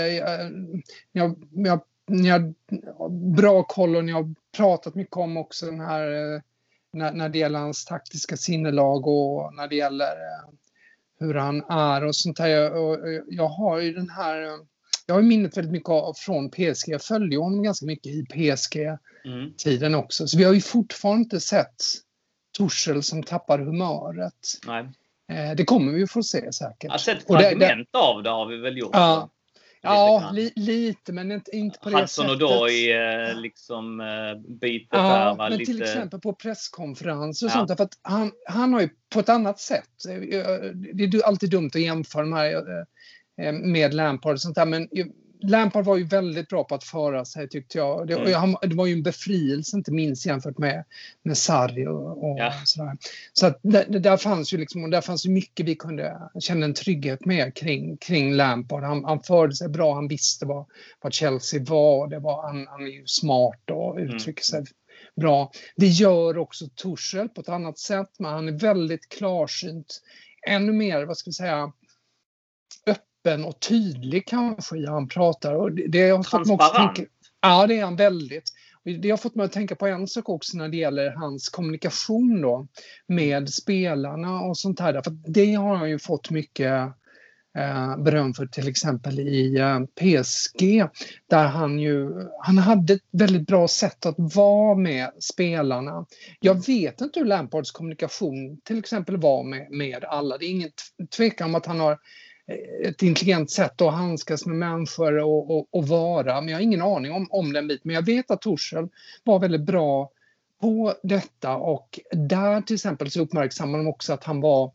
ni har bra koll och ni har pratat mycket om också den här när det gäller hans taktiska sinnelag och när det gäller hur han är och sånt där. Jag har ju jag har minnet väldigt mycket från PSG. Jag följde honom ganska mycket i PSG-tiden också. Så vi har ju fortfarande inte sett Tuchel som tappar humöret. Nej. Det kommer vi få se säkert. Jag har sett fragment av det, har vi väl gjort. Ja, lite, men inte på det Hudson sättet. Och då i liksom bytet där. Men lite... till exempel på presskonferenser och sånt. För att han har ju på ett annat sätt. Det är alltid dumt att jämföra de här med Lampard och sånt där. Men Lampard var ju väldigt bra på att föra sig, tyckte jag. Det var ju en befrielse, inte minst jämfört med Sarri och sådär. Så att där fanns ju liksom, och där fanns ju mycket vi kunde känna en trygghet med kring Lampard. Han förde sig bra, han visste vad Chelsea var. Han är ju smart och uttrycker sig bra. Det gör också Tuchel på ett annat sätt, men han är väldigt klarsynt. Ännu mer, vad ska vi säga, öppen och tydlig kanske i han pratar. Och det har fått mig också tänka, ja, det är han väldigt. Det har fått mig att tänka på en sak också när det gäller hans kommunikation då med spelarna och sånt här. För det har han ju fått mycket beröm för, till exempel i PSG, där han hade ett väldigt bra sätt att vara med spelarna. Jag vet inte hur Lampards kommunikation till exempel var med alla. Det är ingen tvekan om att han har ett intelligent sätt att handskas med människor och vara, men jag har ingen aning om den biten. Men jag vet att Tuchel var väldigt bra på detta, och där till exempel så uppmärksammar de också att han var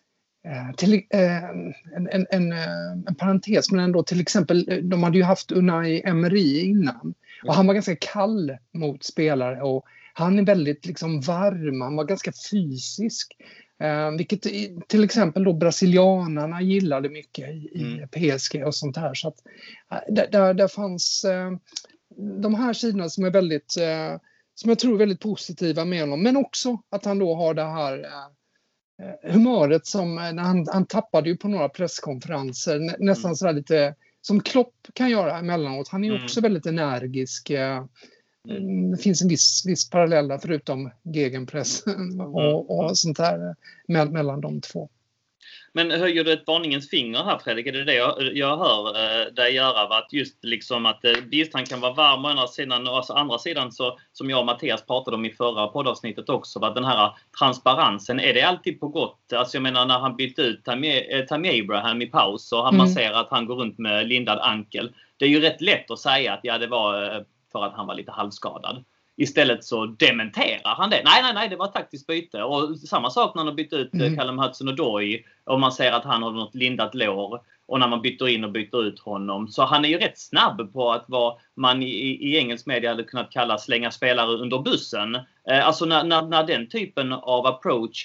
en parentes, men ändå till exempel, de hade ju haft Unai Emery innan och han var ganska kall mot spelare, och han är väldigt liksom varm, han var ganska fysisk. Vilket till exempel då brasilianarna gillade mycket i PSG och sånt här. Så att där fanns de här sidorna som är väldigt, som jag tror är väldigt positiva med honom. Men också att han då har det här humöret som han tappade ju på några presskonferenser. Nästan sådär lite som Klopp kan göra emellanåt. Han är ju också väldigt energisk. Det finns en viss parallell förutom gegenpress och sånt där mellan de två. Men höjer du ett varningens finger här, Fredrik? Är det jag hör dig göra? Att just liksom att visst, han kan vara varm å ena sidan, och alltså andra sidan, så som jag och Mattias pratade om i förra poddavsnittet också, var den här transparensen, är det alltid på gott? Alltså jag menar, när han bytte ut Tammy Abraham i paus och man ser att han går runt med lindad ankel. Det är ju rätt lätt att säga att ja, det var för att han var lite halvskadad. Istället så dementerar han det. Nej, det var ett taktiskt byte. Och samma sak när han bytte ut Callum Hudson-Odoi och man ser att han har något lindat lår. Och när man byter ut honom. Så han är ju rätt snabb på att vad man i engelsk media hade kunnat kalla slänga spelare under bussen. Alltså när den typen av approach,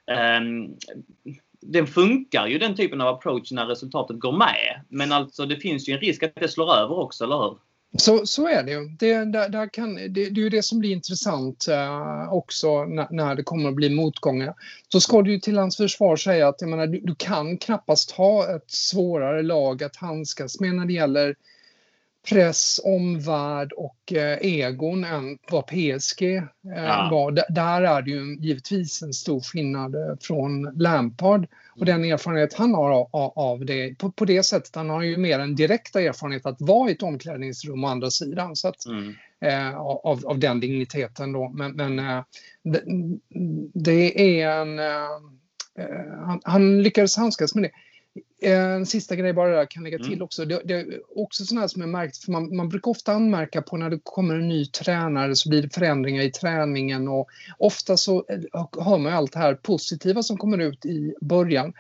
den funkar ju, den typen av approach, när resultatet går med. Men alltså det finns ju en risk att det slår över också, eller hur? Så är det ju. Det är ju det som blir intressant också när det kommer att bli motgångar. Så ska du ju till hans försvar säga att jag menar, du kan knappast ha ett svårare lag att handskas med när det gäller press, omvärld och egon än vad PSG var. Där är det ju givetvis en stor skillnad från Lampard och den erfarenhet han har av det. På det sättet, han har ju mer en direkta erfarenhet att vara i ett omklädningsrum å andra sidan. Så att, av den digniteten då. Men det är han lyckades handskas med det. En sista grej bara där kan lägga till också. Det är också sådana här som är märkt, för man brukar ofta anmärka på när det kommer en ny tränare så blir det förändringar i träningen och ofta så har man ju allt det här positiva som kommer ut i början.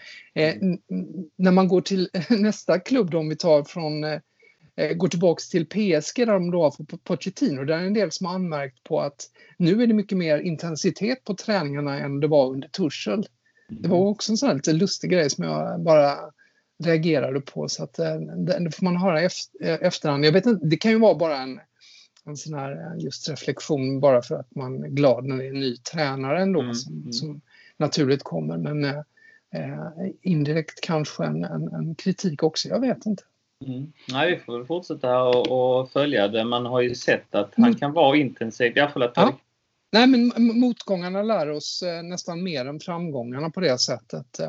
När man går till nästa klubb då, om vi tar går tillbaks till PSG där de då har fått Pochettino, där är en del som har anmärkt på att nu är det mycket mer intensitet på träningarna än det var under Tuchel. Det var också en sån här lite lustig grej som jag bara reagerade på, så att det får man höra efterhand. Jag vet inte, det kan ju vara bara en sån här just reflektion bara för att man är glad när det är en ny tränare ändå som naturligt kommer, men indirekt kanske en kritik också, jag vet inte. Nej, vi får väl fortsätta och följa det. Man har ju sett att han kan vara intensiv. Nej, men motgångarna lär oss nästan mer än framgångarna på det sättet.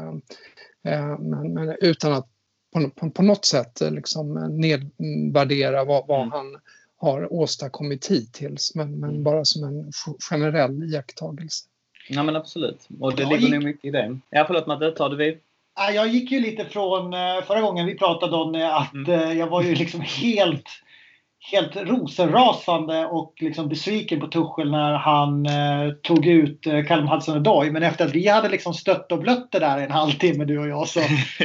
Men utan att på något sätt liksom nedvärdera vad han har åstadkommit hittills. Men bara som en generell iakttagelse. Ja, men absolut. Och det ligger nog mycket i det. Ja, förlåt Matte, tar du vid? Jag gick ju lite från förra gången vi pratade om att jag var ju liksom helt rosenrasande och liksom besviken på Tuchel när han tog ut Callum Hudson-Odoi. Men efter att vi hade liksom stött och blött det där en halvtimme, du och jag, så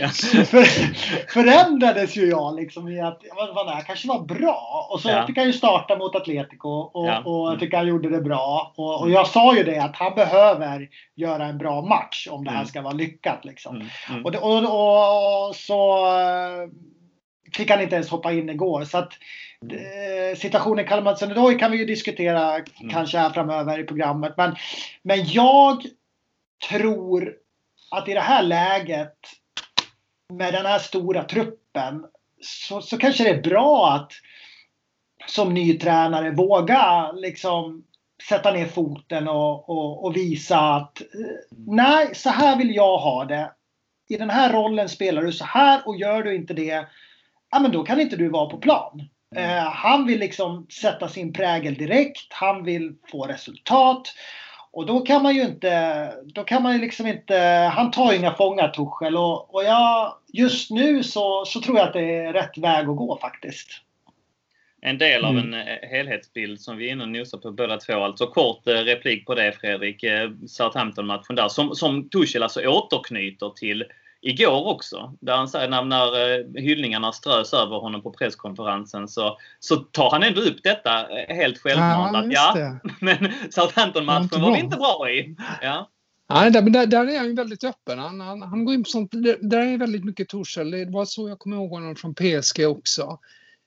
förändrades ju jag liksom i att det här kanske var bra. Och så fick han ju starta mot Atletico och jag tycker han gjorde det bra. Och jag sa ju det att han behöver göra en bra match om det här ska vara lyckat liksom. Och så fick han inte ens hoppa in igår. Så att situationen Callum Hudson-Odoi kan vi ju diskutera kanske här framöver i programmet. Men jag tror att i det här läget med den här stora truppen så kanske det är bra att som ny tränare våga liksom sätta ner foten och visa att nej, så här vill jag ha det. I den här rollen spelar du så här, och gör du inte det, ja, men då kan inte du vara på plan. Han vill liksom sätta sin prägel direkt. Han vill få resultat. Och då kan man ju inte, han tar ju inga fångar, Tuchel. Och just nu så tror jag att det är rätt väg att gå faktiskt. En del av en helhetsbild som vi är inne och nosar på båda två. Alltså kort replik på det, Fredrik. Southampton-matchen där. Som Tuchel alltså återknyter till igår också. Där han säger när hyllningarna strös över honom på presskonferensen så tar han ändå upp detta helt självmant. Men Southampton-matchen var det inte bra i. Ja. Nej, där är han ju väldigt öppen. Han går in på sånt. Där är väldigt mycket Tuchel. Det var så jag kommer ihåg honom från PSG också.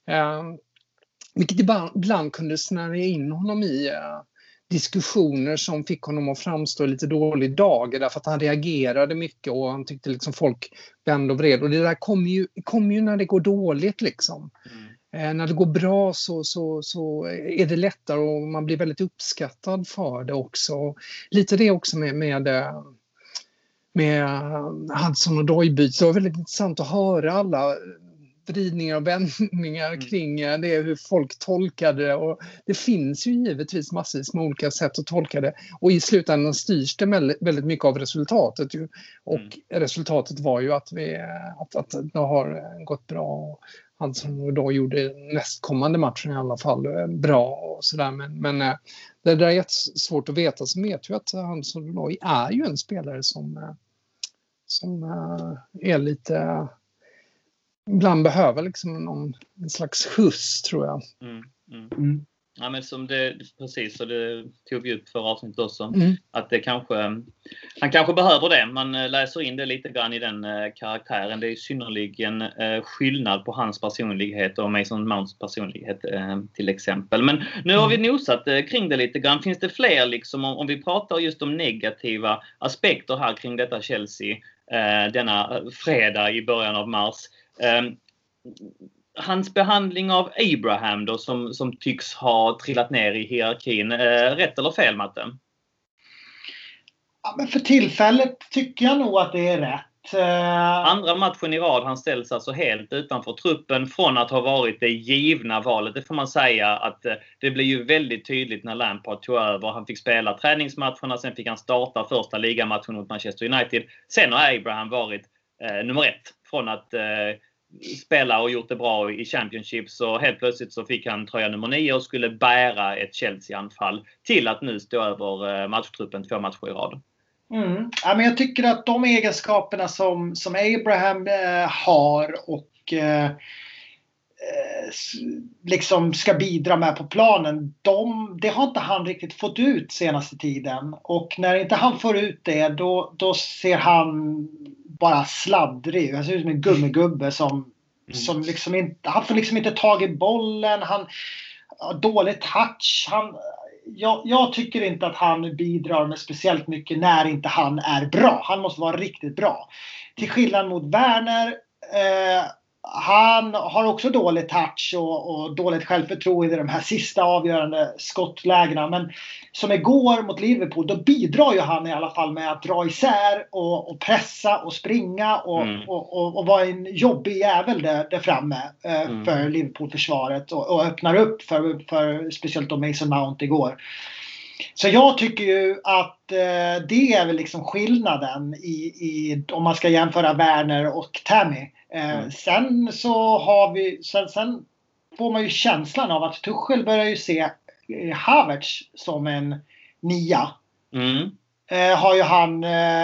Vilket ibland kunde snärja in honom i diskussioner som fick honom att framstå lite dålig dag, därför att han reagerade mycket och han tyckte liksom folk vände och vred. Och det där kommer ju när det går dåligt liksom. När det går bra så är det lättare och man blir väldigt uppskattad för det också. Lite det också med med Hudson och Doy-bytet. Det var väldigt intressant att höra alla vridningar och vändningar kring det, hur folk tolkade det. Och det finns ju givetvis massvis med olika sätt att tolka det. Och i slutändan styrs det väldigt mycket av resultatet. Ju. Och resultatet var ju att det har gått bra. Hudson och Doy gjorde nästkommande matchen i alla fall bra och sådär. Men det där är jättesvårt att veta. Så vet ju att Hudson och Doy är ju en spelare som är lite... Ibland behöver liksom en slags skjuts, tror jag. Ja, men som det precis, och det tog vi upp för avsnitt också. Att det han kanske behöver det. Man läser in det lite grann i den karaktären. Det är synnerligen skillnad på hans personlighet och Mason Mounts personlighet till exempel. Men nu har vi nosat kring det lite grann. Finns det fler liksom, om vi pratar just om negativa aspekter här kring detta Chelsea denna fredag i början av mars? Hans behandling av Abraham då, som tycks ha trillat ner i hierarkin. Rätt eller fel, Matte? Ja, men för tillfället tycker jag nog att det är rätt. Andra matchen i rad, han ställs alltså helt utanför truppen från att ha varit det givna valet. Det får man säga att det blir ju väldigt tydligt när Lampard tog över. Han fick spela träningsmatcherna, sen fick han starta första ligamatchen mot Manchester United. Sen har Abraham varit nummer 1 från att spela och gjort det bra i Championship, så helt plötsligt så fick han tröja nummer 9 och skulle bära ett Chelsea-anfall till att nu stå över matchtruppen 2 matcher i rad. Ja, men jag tycker att de egenskaperna som Abraham har och liksom ska bidra med på planen, det har inte han riktigt fått ut senaste tiden. Och när inte han får ut det, då ser han bara sladdrig. Han ser ut som en gummigubbe som liksom inte, han får liksom inte tag i bollen. Han har dålig touch. Jag tycker inte att han bidrar med speciellt mycket när inte han är bra. Han måste vara riktigt bra. Till skillnad mot Werner, han har också dålig touch och dåligt självförtroende i de här sista avgörande skottlägena. Men som igår mot Liverpool, då bidrar ju han i alla fall med att dra isär och pressa och springa och vara en jobbig jävel där framme för Liverpool-försvaret och öppnar upp för speciellt då Mason Mount igår. Så jag tycker ju att det är väl liksom skillnaden i om man ska jämföra Werner och Tammy. Sen så har vi sen får man ju känslan av att Tuchel börjar ju se Havertz som en 9. Har ju han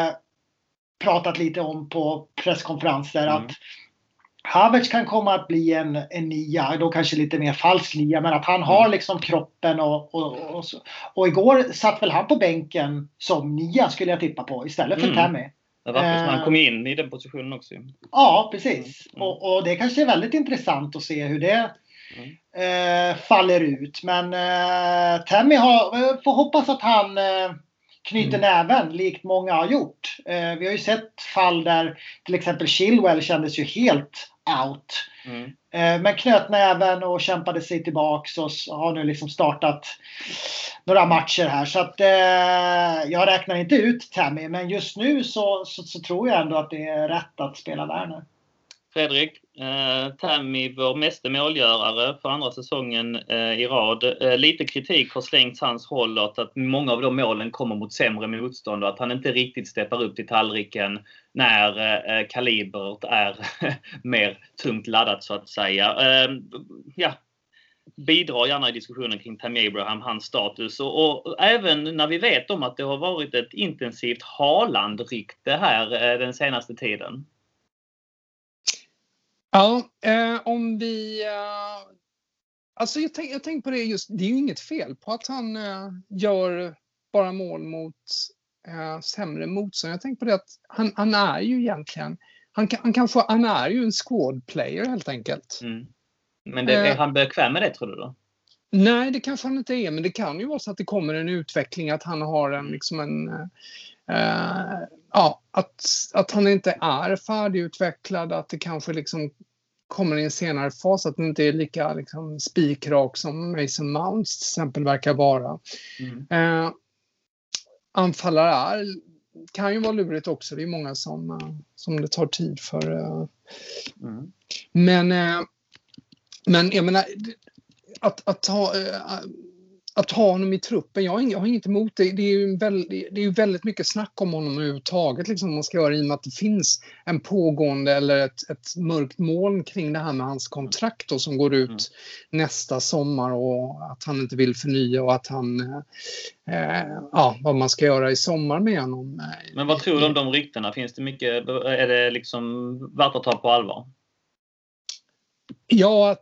pratat lite om på presskonferenser att Havertz kan komma att bli en 9, då kanske lite mer falsk 9, men att han har liksom kroppen och igår satt väl han på bänken som 9 skulle jag tippa på istället för Tammy. Det var som han kom in i den positionen också. Ja, precis. Och det kanske är väldigt intressant att se hur det faller ut. Men Tammy får hoppas att han knyter näven likt många har gjort. Vi har ju sett fall där till exempel Chilwell kändes ju helt out. Men knöt näven och kämpade sig tillbaks och har nu liksom startat några matcher här. Så att jag räknar inte ut Tammy, men just nu så tror jag ändå att det är rätt att spela Werner. Fredrik, Tammy, vår meste målgörare för andra säsongen i rad. Lite kritik har slängts hans håll åt att många av de målen kommer mot sämre motstånd och att han inte riktigt steppar upp till tallriken när kalibret är mer tungt laddat så att säga. Bidrar gärna i diskussionen kring Tammy Abraham, hans status och även när vi vet om att det har varit ett intensivt Haaland-rykte här den senaste tiden. Ja, om vi... Alltså jag tänker på det just, det är ju inget fel på att han gör bara mål mot sämre motstånd. Jag tänker på det att han är ju egentligen, han är ju en squad player helt enkelt. Men är han bekväm med det, tror du då? Nej, det kanske han inte är, men det kan ju vara så att det kommer en utveckling, att han har att han inte är färdigutvecklad, att det kanske liksom kommer i en senare fas, att det inte är lika liksom spikrak som Mason Mount till exempel verkar vara. Anfallare är kan ju vara lurigt också. Det är många som det tar tid för. Men jag menar, att ha honom i truppen, jag har inget emot det. Det är ju väldigt mycket snack om honom överhuvudtaget, liksom, man ska göra, i och med att det finns en pågående eller ett mörkt moln kring det här med hans kontrakt då, som går ut nästa sommar, och att han inte vill förnya, och att han vad man ska göra i sommar med honom. Men vad tror du om de ryktena? Finns det mycket, är det liksom värt att ta på allvar? Ja,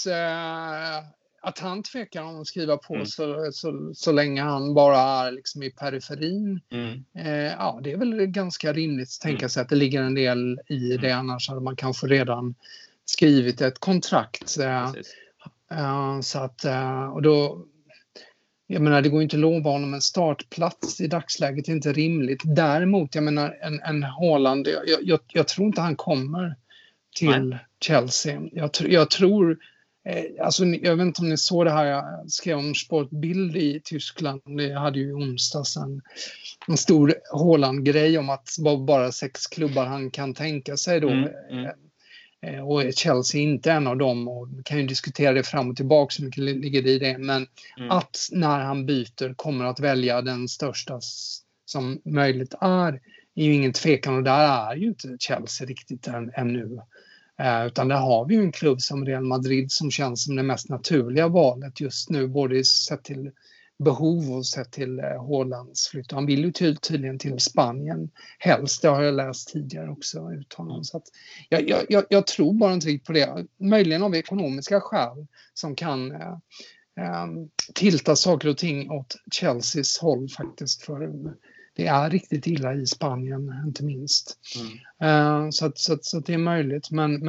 att han tvekar om att skriva på så länge han bara är liksom i periferin. Det är väl ganska rimligt att tänka sig att det ligger en del i det, annars hade man kanske redan skrivit ett kontrakt. Så att, och då, jag menar, det går inte att lova honom en startplats i dagsläget, det är inte rimligt. Däremot, jag menar, en Haaland, jag tror inte han kommer till Chelsea. Jag tror, alltså, jag vet inte om ni såg det här, jag skrev om Sportbild i Tyskland, det hade ju onsdags en stor Haaland-grej om att det var bara 6 klubbar han kan tänka sig då. Och Chelsea är inte en av dem, och vi kan ju diskutera det fram och tillbaka, så mycket ligger det i det, men att när han byter kommer att välja den största som möjligt är ju ingen tvekan, och där är ju inte Chelsea riktigt ännu. Utan där har vi ju en klubb som Real Madrid som känns som det mest naturliga valet just nu, både sett till behov och sett till Haalands flytt. Han vill ju tydligen till Spanien helst, det har jag läst tidigare också ut honom. Så att jag tror bara inte riktigt på det. Möjligen av ekonomiska skäl som kan tilta saker och ting åt Chelseas håll faktiskt, för det är riktigt illa i Spanien, inte minst. Så det är möjligt. Men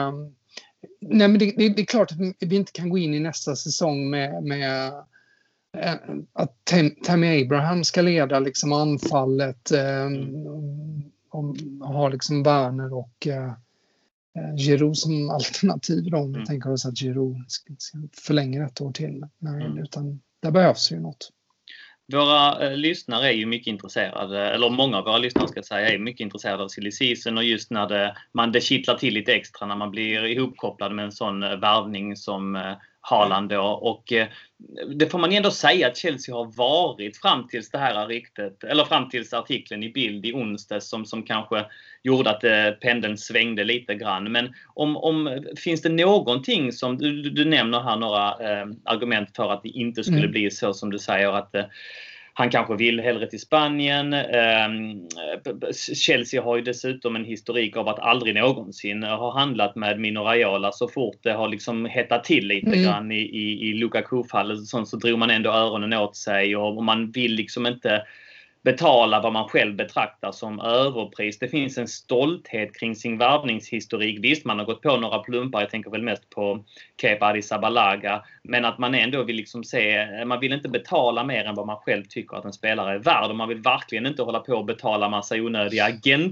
det är klart att vi inte kan gå in i nästa säsong med att Tammy Abraham ska leda liksom anfallet, och ha liksom Werner och Giroud som alternativ då, om vi tänker oss att Giroud förlänger ett år till. Utan det behövs ju något. Våra lyssnare är ju mycket intresserade, eller många av våra lyssnare ska säga är mycket intresserade av silly season, och just när det kittlar till lite extra när man blir ihopkopplad med en sån värvning som Haaland då. Och det får man ändå säga att Chelsea har varit fram tills det här ryktet, eller fram tills artikeln i Bild i onsdags som kanske gjorde att pendeln svängde lite grann. Men om finns det någonting som du nämner här, några argument för att det inte skulle bli så som du säger, att han kanske vill hellre till Spanien. Chelsea har ju dessutom en historik av att aldrig någonsin ha handlat med Mino Raiola. Så fort det har liksom hettat till lite grann i Lukaku-fallet, så drog man ändå öronen åt sig, och man vill liksom inte betala vad man själv betraktar som överpris. Det finns en stolthet kring sin värvningshistorik. Visst, man har gått på några plumpar, jag tänker väl mest på Kepa Arrizabalaga, men att man ändå vill liksom man vill inte betala mer än vad man själv tycker att en spelare är värd, och man vill verkligen inte hålla på och betala massa onödiga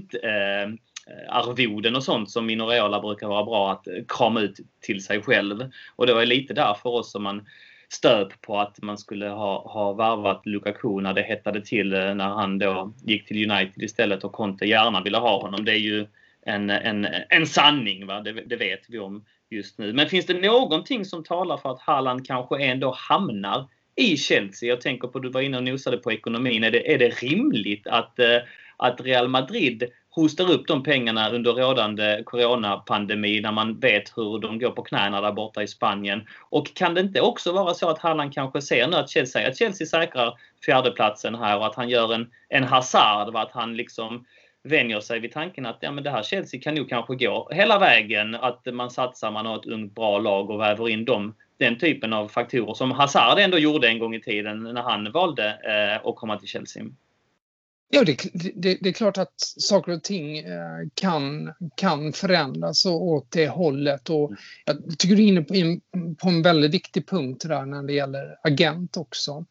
arvoden och sånt som Mino Raiola brukar vara bra att krama ut till sig själv. Och det var lite där för oss som man stöp på att man skulle ha varvat Lukaku när det hettade till, när han då gick till United istället och Conte gärna ville ha honom. Det är ju en sanning, va? Det vet vi om just nu. Men finns det någonting som talar för att Haaland kanske ändå hamnar i Chelsea? Jag tänker på, du var inne och nosade på ekonomin. Är det rimligt att Real Madrid hostar upp de pengarna under rådande coronapandemi, när man vet hur de går på knäna där borta i Spanien? Och kan det inte också vara så att Haaland kanske ser nu att Chelsea säkrar fjärdeplatsen här, och att han gör en Hazard, att han liksom vänjer sig vid tanken att men det här Chelsea kan nog kanske gå hela vägen, att man satsar, man har ett ungt bra lag och väver in den typen av faktorer som Hazard ändå gjorde en gång i tiden när han valde att komma till Chelsea. Ja, det är klart att saker och ting kan förändras åt det hållet, och jag tycker du är inne på en väldigt viktig punkt där när det gäller agent också.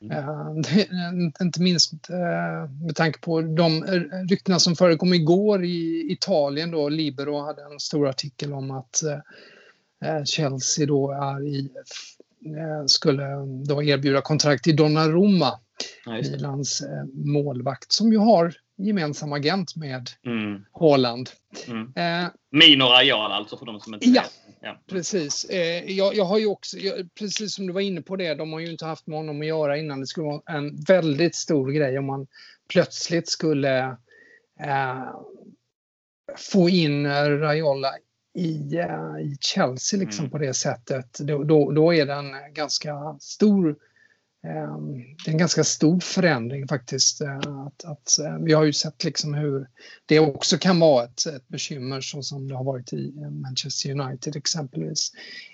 Inte minst med tanke på de ryktena som förekom igår i Italien då. Libero hade en stor artikel om att Chelsea då skulle då erbjuda kontrakt till Donnarumma, Milans målvakt, som ju har gemensam agent med Haaland. Mino Raiola alltså för de som inte vet. Ja, precis. Jag har ju också, precis som du var inne på det, de har ju inte haft med honom att göra innan. Det skulle vara en väldigt stor grej om man plötsligt skulle få in Raiola i Chelsea liksom på det sättet. Då är det en ganska stor förändring faktiskt. Att vi har ju sett liksom hur det också kan vara ett bekymmer så som det har varit i Manchester United exempelvis.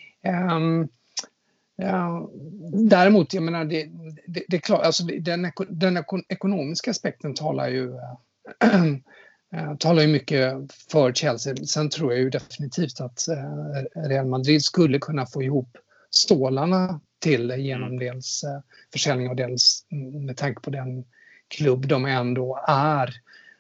Däremot, jag menar, det är klart, alltså den ekonomiska aspekten talar ju mycket för Chelsea. Sen tror jag ju definitivt att Real Madrid skulle kunna få ihop stålarna till genom dels försäljning och dels med tanke på den klubb de ändå är.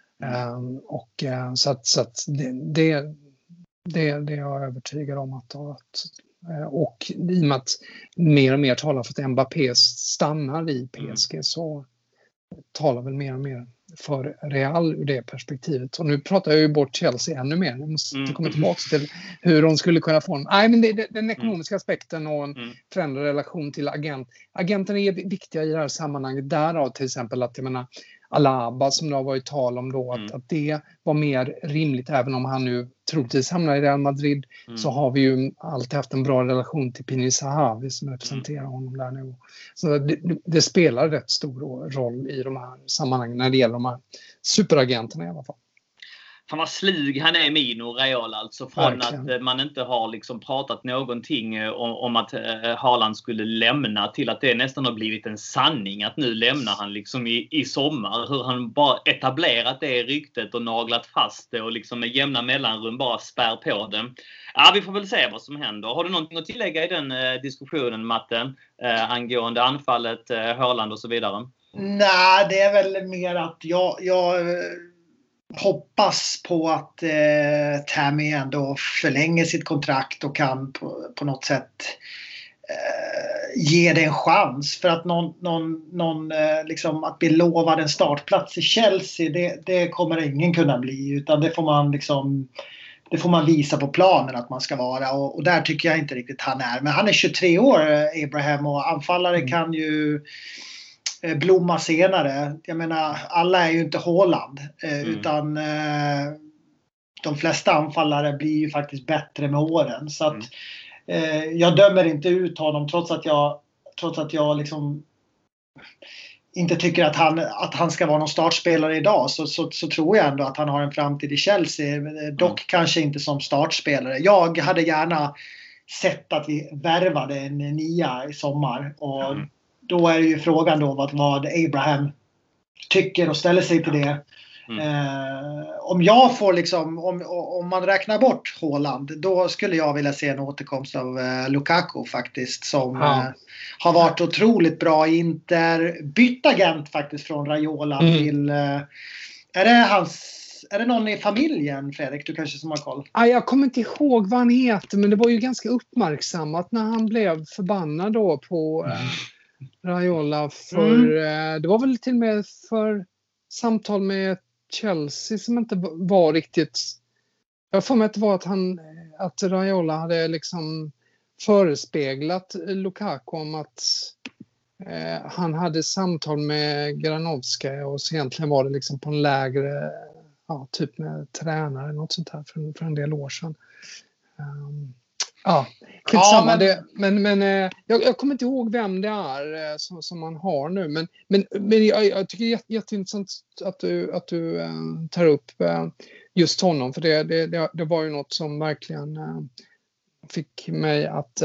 Så att det är jag övertygad om att och i och med att mer och mer talar för att Mbappé stannar i PSG så talar väl mer och mer för Real ur det perspektivet. Och nu pratar jag ju bort Chelsea ännu mer. Jag måste komma tillbaka till hur de skulle kunna få den ekonomiska aspekten och en förändrad relation till agent. Agenten är viktiga i det här sammanhanget. Därav till exempel att jag menar Alaba som det har varit tal om då att det var mer rimligt även om han nu troligtvis hamnar i Real Madrid så har vi ju alltid haft en bra relation till Pini Zahavi som representerar honom där nu. Så det spelar rätt stor roll i de här sammanhangen när det gäller de här superagenterna i alla fall. Fan vad slug han är, Mino Raiola, alltså från att man inte har liksom pratat någonting om att Haaland skulle lämna till att det nästan har blivit en sanning att nu lämnar han liksom i sommar. Hur han bara etablerat det ryktet och naglat fast det och liksom med jämna mellanrum bara spär på det. Ja, vi får väl se vad som händer. Har du någonting att tillägga i den diskussionen, Matte, angående anfallet, Haaland och så vidare? Nej, det är väl mer att jag hoppas på att Tammy ändå förlänger sitt kontrakt och kan på något sätt ge det en chans. För att någon liksom att bli lovad en startplats i Chelsea, det kommer ingen kunna bli, utan det får man visa på planen att man ska vara, och där tycker jag inte riktigt han är. Men han är 23 år, Abraham, och anfallare kan ju blomma senare. Jag menar, alla är ju inte Haaland utan de flesta anfallare blir ju faktiskt bättre med åren. Så att jag dömer inte ut honom trots att jag liksom inte tycker att han ska vara någon startspelare idag, så tror jag ändå att han har en framtid i Chelsea. Dock kanske inte som startspelare. Jag hade gärna sett att vi värvade en nia i sommar, och då är det ju frågan då vad Abraham tycker och ställer sig till det. Om jag får liksom, om man räknar bort Haaland, då skulle jag vilja se en återkomst av Lukaku faktiskt, som har varit otroligt bra i Inter. Bytt agent faktiskt från Raiola till är det någon i familjen, Fredrik? Du kanske som har koll? Jag kommer inte ihåg vad han heter, men det var ju ganska uppmärksammat när han blev förbannad då på Raiola det var väl till och med för samtal med Chelsea som inte var riktigt. Jag får mig att det var att Raiola hade liksom förespeglat Lukaku om att han hade samtal med Granovska, och så egentligen var det liksom på en lägre typ med tränare något sånt här för en del år sedan. Men jag kommer inte ihåg vem det är som man har nu. Men jag tycker det är jätteintressant att du tar upp just honom. För det var ju något som verkligen fick mig att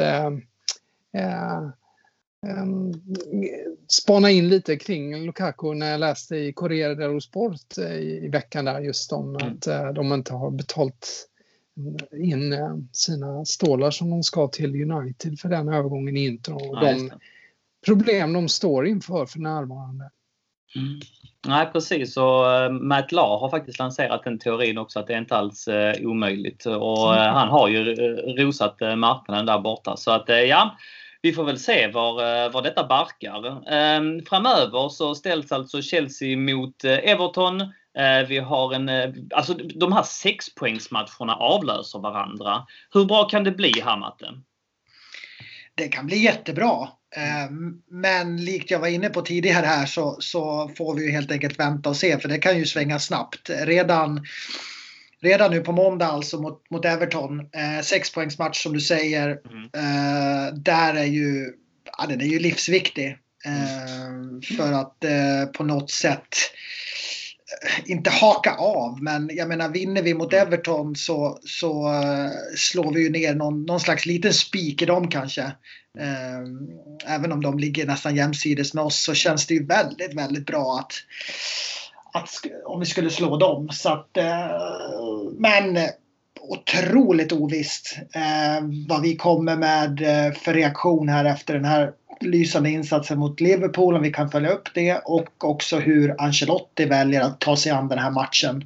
spana in lite kring Lukaku när jag läste i Corriere dello Sport i veckan där just om att de inte har betalt in sina stålar som de ska till United för den övergången inte, och de problem de står inför för närvarande. Nej, precis. Och Matt Law har faktiskt lanserat den teorin också att det är inte alls omöjligt, och han har ju rosat marknaden där borta, så att vi får väl se var detta barkar. Framöver så ställs alltså Chelsea mot Everton, Vi har alltså de här 6-poängsmatcherna avlöser varandra. Hur bra kan det bli här, Matte? Det kan bli jättebra. Men likt jag var inne på tidigare här så får vi ju helt enkelt vänta och se. För det kan ju svänga snabbt. Redan nu på måndag alltså mot Everton. 6-poängsmatch som du säger. Där är ju, den är ju livsviktig. För att på något sätt inte haka av, men jag menar, vinner vi mot Everton så slår vi ju ner någon slags liten spik i dem kanske. Även om de ligger nästan jämsides med oss så känns det ju väldigt, väldigt bra att om vi skulle slå dem. Så att, men otroligt ovisst vad vi kommer med för reaktion här efter den här lysande insatsen mot Liverpool, om vi kan följa upp det, och också hur Ancelotti väljer att ta sig an den här matchen.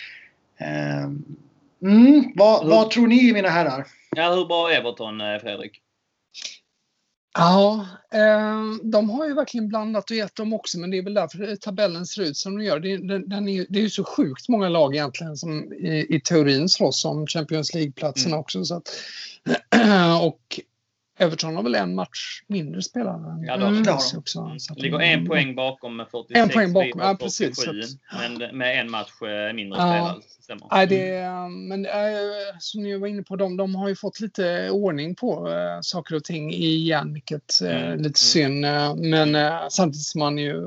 Vad tror ni, mina herrar? Ja, hur bra är Everton, Fredrik? Ja, de har ju verkligen blandat och gett dem också, men det är väl därför tabellen ser ut som de gör. Det är ju så sjukt många lag egentligen som i teorin slåss om Champions League-platserna också. Så att, och Everton har väl en match mindre spelare. Ja, det också. Ligger en poäng bakom med 46. En poäng bakom, ja, precis. Men med en match mindre spelare. Men som ni var inne på, de har ju fått lite ordning på saker och ting igen, vilket är lite synd. Men samtidigt som man ju...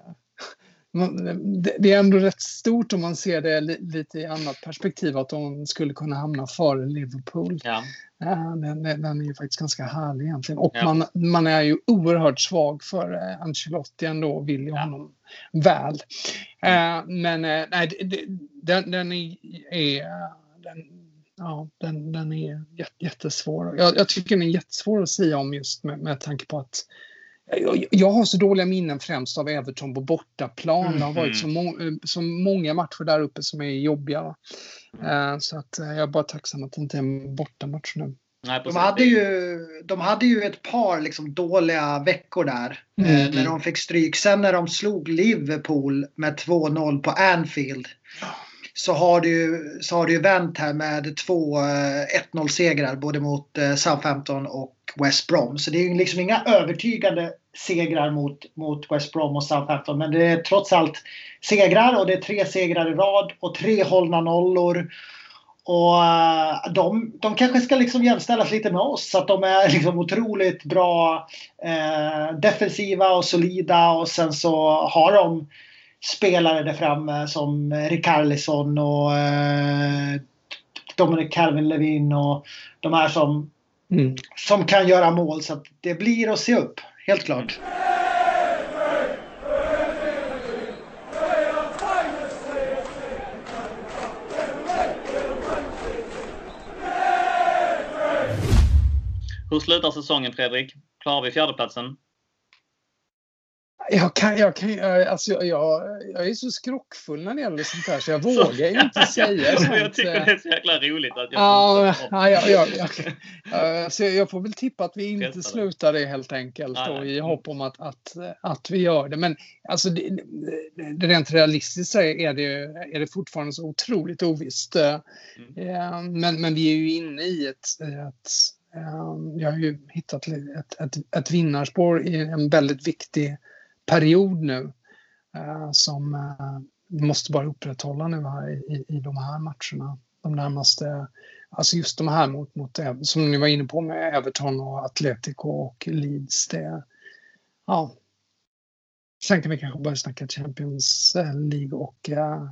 det är ändå rätt stort om man ser det lite i annat perspektiv, att de skulle kunna hamna före Liverpool. Ja. Den är ju faktiskt ganska härlig egentligen. Och man är ju oerhört svag för Ancelotti ändå och vill ju honom väl. Men nej, den är jättesvår. Jag tycker den är jättesvår att säga om, just med tanke på att jag har så dåliga minnen främst av Everton på bortaplan. Det har varit så många matcher där uppe som är jobbiga. Så att jag är bara tacksam att det inte är en bortamatch nu. De hade ju ett par liksom dåliga veckor där när de fick stryk. Sen när de slog Liverpool med 2-0 på Anfield så har det ju vänt här med 2 1-0-segrar både mot Southampton och West Brom. Så det är ju liksom inga övertygande segrar mot West Brom och Southampton. Men det är trots allt segrar, och det är 3 segrar i rad och 3 hållna nollor. Och de kanske ska liksom jämställas lite med oss, så att de är liksom otroligt bra defensiva och solida, och sen så har de spelare där framme som Richarlison och Dominic Calvin-Levin och de här som kan göra mål, så att det blir att se upp, helt klart. Hur slutar säsongen, Fredrik? Klarar vi 4:e platsen? Jag är så skrockfull när det gäller sånt här, så jag vågar ju inte säga sånt. Jag tycker det är så jäkla roligt att jag får väl tippa att vi inte slutar det, helt enkelt, i hopp om att vi gör det. Men alltså det rent realistiskt är det fortfarande så otroligt ovisst. Men vi är ju inne i jag har ju hittat ett vinnarspår i en väldigt viktig period nu, som måste bara upprätthålla nu här i de här matcherna. De närmaste, alltså just de här mot som ni var inne på med Everton och Atletico och Leeds. Sen kan vi kanske börja snacka Champions League och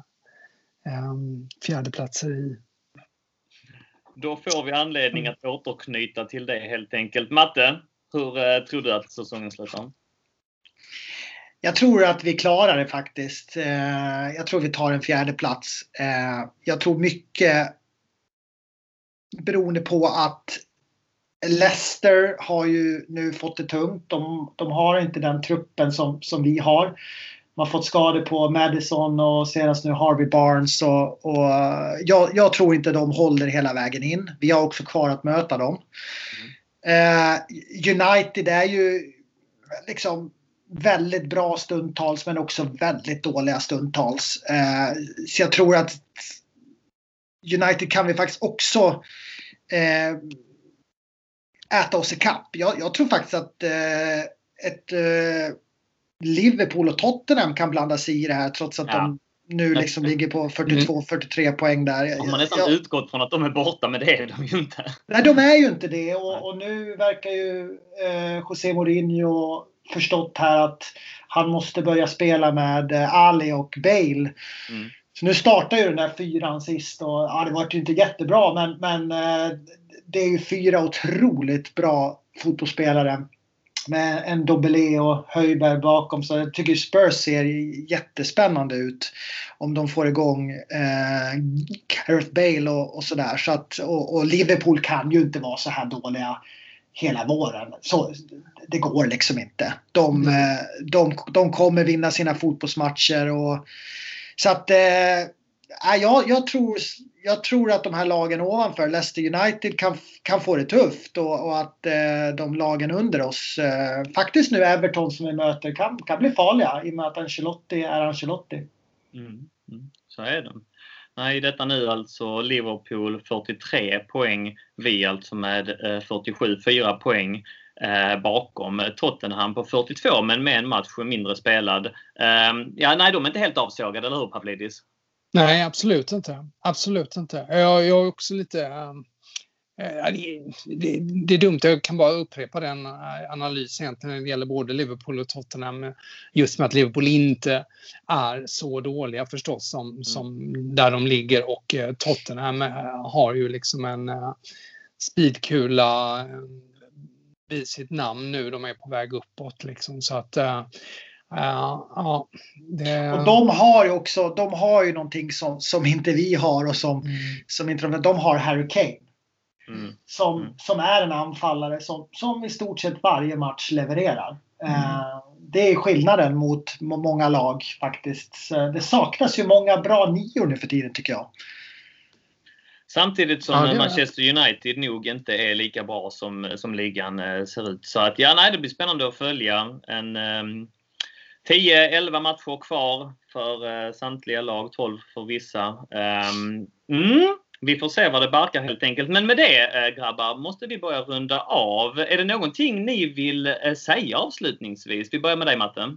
4:e platser i. Då får vi anledning att återknyta till det, helt enkelt. Matte, hur tror du att säsongen slutar? Jag tror att vi klarar det faktiskt. Jag tror vi tar en 4:e plats. Jag tror mycket beroende på att Leicester har ju nu fått det tungt. De har inte den truppen som vi har. Man har fått skador på Madison och senast nu Harvey Barnes. Och jag tror inte de håller hela vägen in. Vi har också kvar att möta dem. United är ju liksom väldigt bra stundtals men också väldigt dåliga stundtals. Så jag tror att United kan vi faktiskt också äta oss i kapp. Jag tror faktiskt att Liverpool och Tottenham kan blanda sig i det här trots att de nu liksom ligger på 42-43 poäng där. Har man nästan utgått från att de är borta, men det är de ju inte. Nej, de är ju inte det. Och nu verkar ju José Mourinho förstått här att han måste börja spela med Ali och Bale. Så nu startar ju den där 4 sist och det var ju inte jättebra men det är ju 4 otroligt bra fotbollsspelare med en Dobbelé och Höjberg bakom, så jag tycker Spurs ser jättespännande ut om de får igång Gareth Bale och sådär. Så att, och Liverpool kan ju inte vara så här dåliga hela våren. Så det går liksom inte. De kommer vinna sina fotbollsmatcher och så att jag tror att de här lagen ovanför Leicester United kan få det tufft och att de lagen under oss, faktiskt nu Everton som vi möter, kan bli farliga i och med att Ancelotti är Ancelotti. Så är det. Nej, detta nu alltså Liverpool 43 poäng, vi alltså med 47, 4 poäng bakom Tottenham på 42 men med en match mindre spelad. Nej, de är inte helt avsågade, eller hur Pavlidis? Nej, absolut inte. Absolut inte. Jag är också lite... det är dumt, jag kan bara upprepa den analysen egentligen när det gäller både Liverpool och Tottenham. Just med att Liverpool inte är så dåliga förstås som där de ligger, och Tottenham har ju liksom en speedkula vid sitt namn nu. De är på väg uppåt liksom, så att... Och de har ju någonting som inte vi har och som inte de har. Harry Kane som är en anfallare som i stort sett varje match levererar. Det är skillnaden mot många lag faktiskt. Det saknas ju många bra nior nu för tiden, tycker jag. Samtidigt som Manchester United nog inte är lika bra som ligan ser ut. Så att det blir spännande att följa en 10-11 matcher kvar för samtliga lag, 12 för vissa. Vi får se vad det barkar helt enkelt. Men med det, grabbar, måste vi börja runda av. Är det någonting ni vill säga avslutningsvis? Vi börjar med dig, Matte.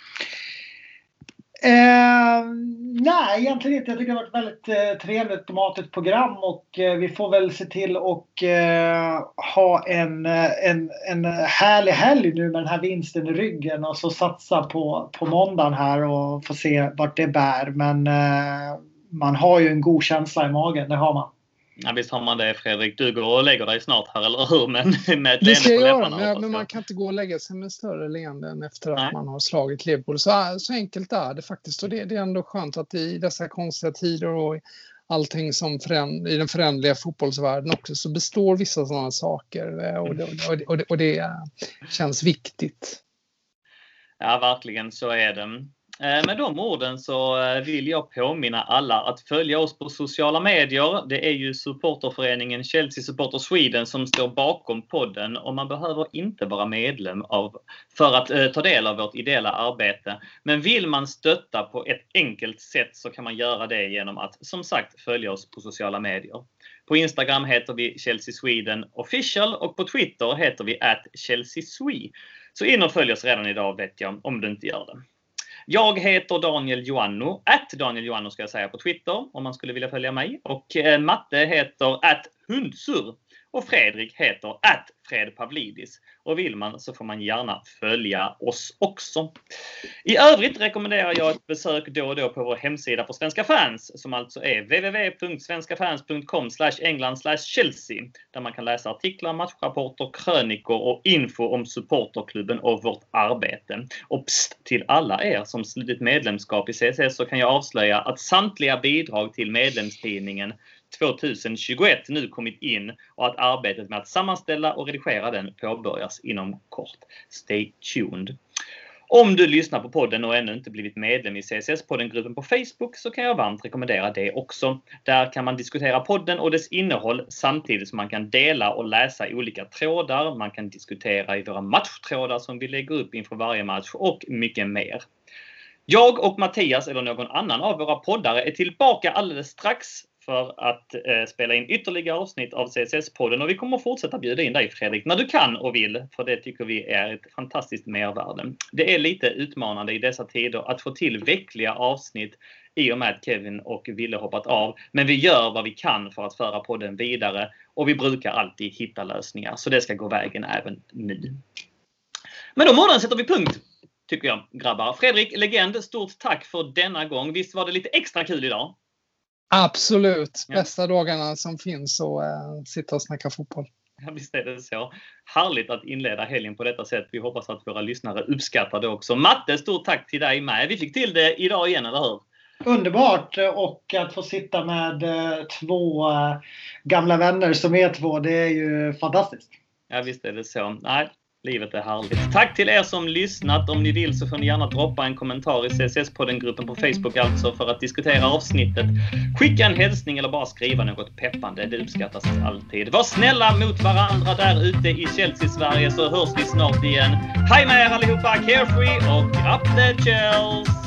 Nej, egentligen inte. Jag tycker det har varit väldigt trevligt och matigt program och vi får väl se till och ha en härlig helg nu med den här vinsten i ryggen och så satsa på måndagen här och få se vart det bär. Men man har ju en god känsla i magen, det har man. Ja, visst har man det, Fredrik. Du går och lägger dig snart här, eller hur? Men med ett det ska leende jag på göra, läpparna. men man kan inte gå och lägga sig med större leenden efter att man har slagit Liverpool. Så enkelt är det faktiskt. Och det är ändå skönt att i dessa konstiga tider och allting som i den föränderliga fotbollsvärlden också, så består vissa sådana saker. Och det känns viktigt. Ja, verkligen, så är det. Med de orden så vill jag påminna alla att följa oss på sociala medier. Det är ju supporterföreningen Chelsea Supporter Sweden som står bakom podden, och man behöver inte vara medlem för att ta del av vårt ideella arbete. Men vill man stötta på ett enkelt sätt så kan man göra det genom att, som sagt, följa oss på sociala medier. På Instagram heter vi Chelsea Sweden Official och på Twitter heter vi @ChelseaSwe. Så in och följ oss redan idag, vet jag, om du inte gör det. Jag heter Daniel Joannou, @Daniel Joannou ska jag säga på Twitter om man skulle vilja följa mig. Och Matte heter @Hundsur och Fredrik heter @FredPavlidis. Och vill man så får man gärna följa oss också. I övrigt rekommenderar jag ett besök då och då på vår hemsida för svenska fans, som alltså är www.svenskafans.com/England/Chelsea, där man kan läsa artiklar, matchrapporter, krönikor och info om supporterklubben och vårt arbete. Och till alla er som slutit medlemskap i CSS så kan jag avslöja att samtliga bidrag till medlemstidningen 2021 nu kommit in och att arbetet med att sammanställa och redigera den påbörjas inom kort. Stay tuned. Om du lyssnar på podden och ännu inte blivit medlem i CSS-podden-gruppen på Facebook så kan jag varmt rekommendera det också. Där kan man diskutera podden och dess innehåll samtidigt som man kan dela och läsa olika trådar. Man kan diskutera i våra matchtrådar som vi lägger upp inför varje match och mycket mer. Jag och Mattias eller någon annan av våra poddare är tillbaka alldeles strax för att spela in ytterligare avsnitt av CSS-podden och vi kommer fortsätta bjuda in dig, Fredrik, när du kan och vill, för det tycker vi är ett fantastiskt mervärde. Det är lite utmanande i dessa tider att få till veckliga avsnitt i och med att Kevin och Ville hoppat av, men vi gör vad vi kan för att föra podden vidare och vi brukar alltid hitta lösningar, så det ska gå vägen även nu. Men då morgon sätter vi punkt, tycker jag, grabbar. Fredrik, legend, stort tack för denna gång. Visst var det lite extra kul idag? Absolut. Bästa dagarna som finns och sitta och snacka fotboll. Ja, visst är det så. Härligt att inleda helgen på detta sätt. Vi hoppas att våra lyssnare uppskattar det också. Matte, stort tack till dig med. Vi fick till det idag igen, eller hur? Underbart, och att få sitta med två gamla vänner som är två, det är ju fantastiskt. Ja, visst är det så. Nej, livet är härligt. Tack till er som lyssnat. Om ni vill så får ni gärna droppa en kommentar i CSS-podden-gruppen på Facebook alltså för att diskutera avsnittet. Skicka en hälsning eller bara skriva något peppande. Det uppskattas alltid. Var snälla mot varandra där ute i Chelsea-Sverige så hörs vi snart igen. Hej med er allihopa, carefree och up the Chelsea!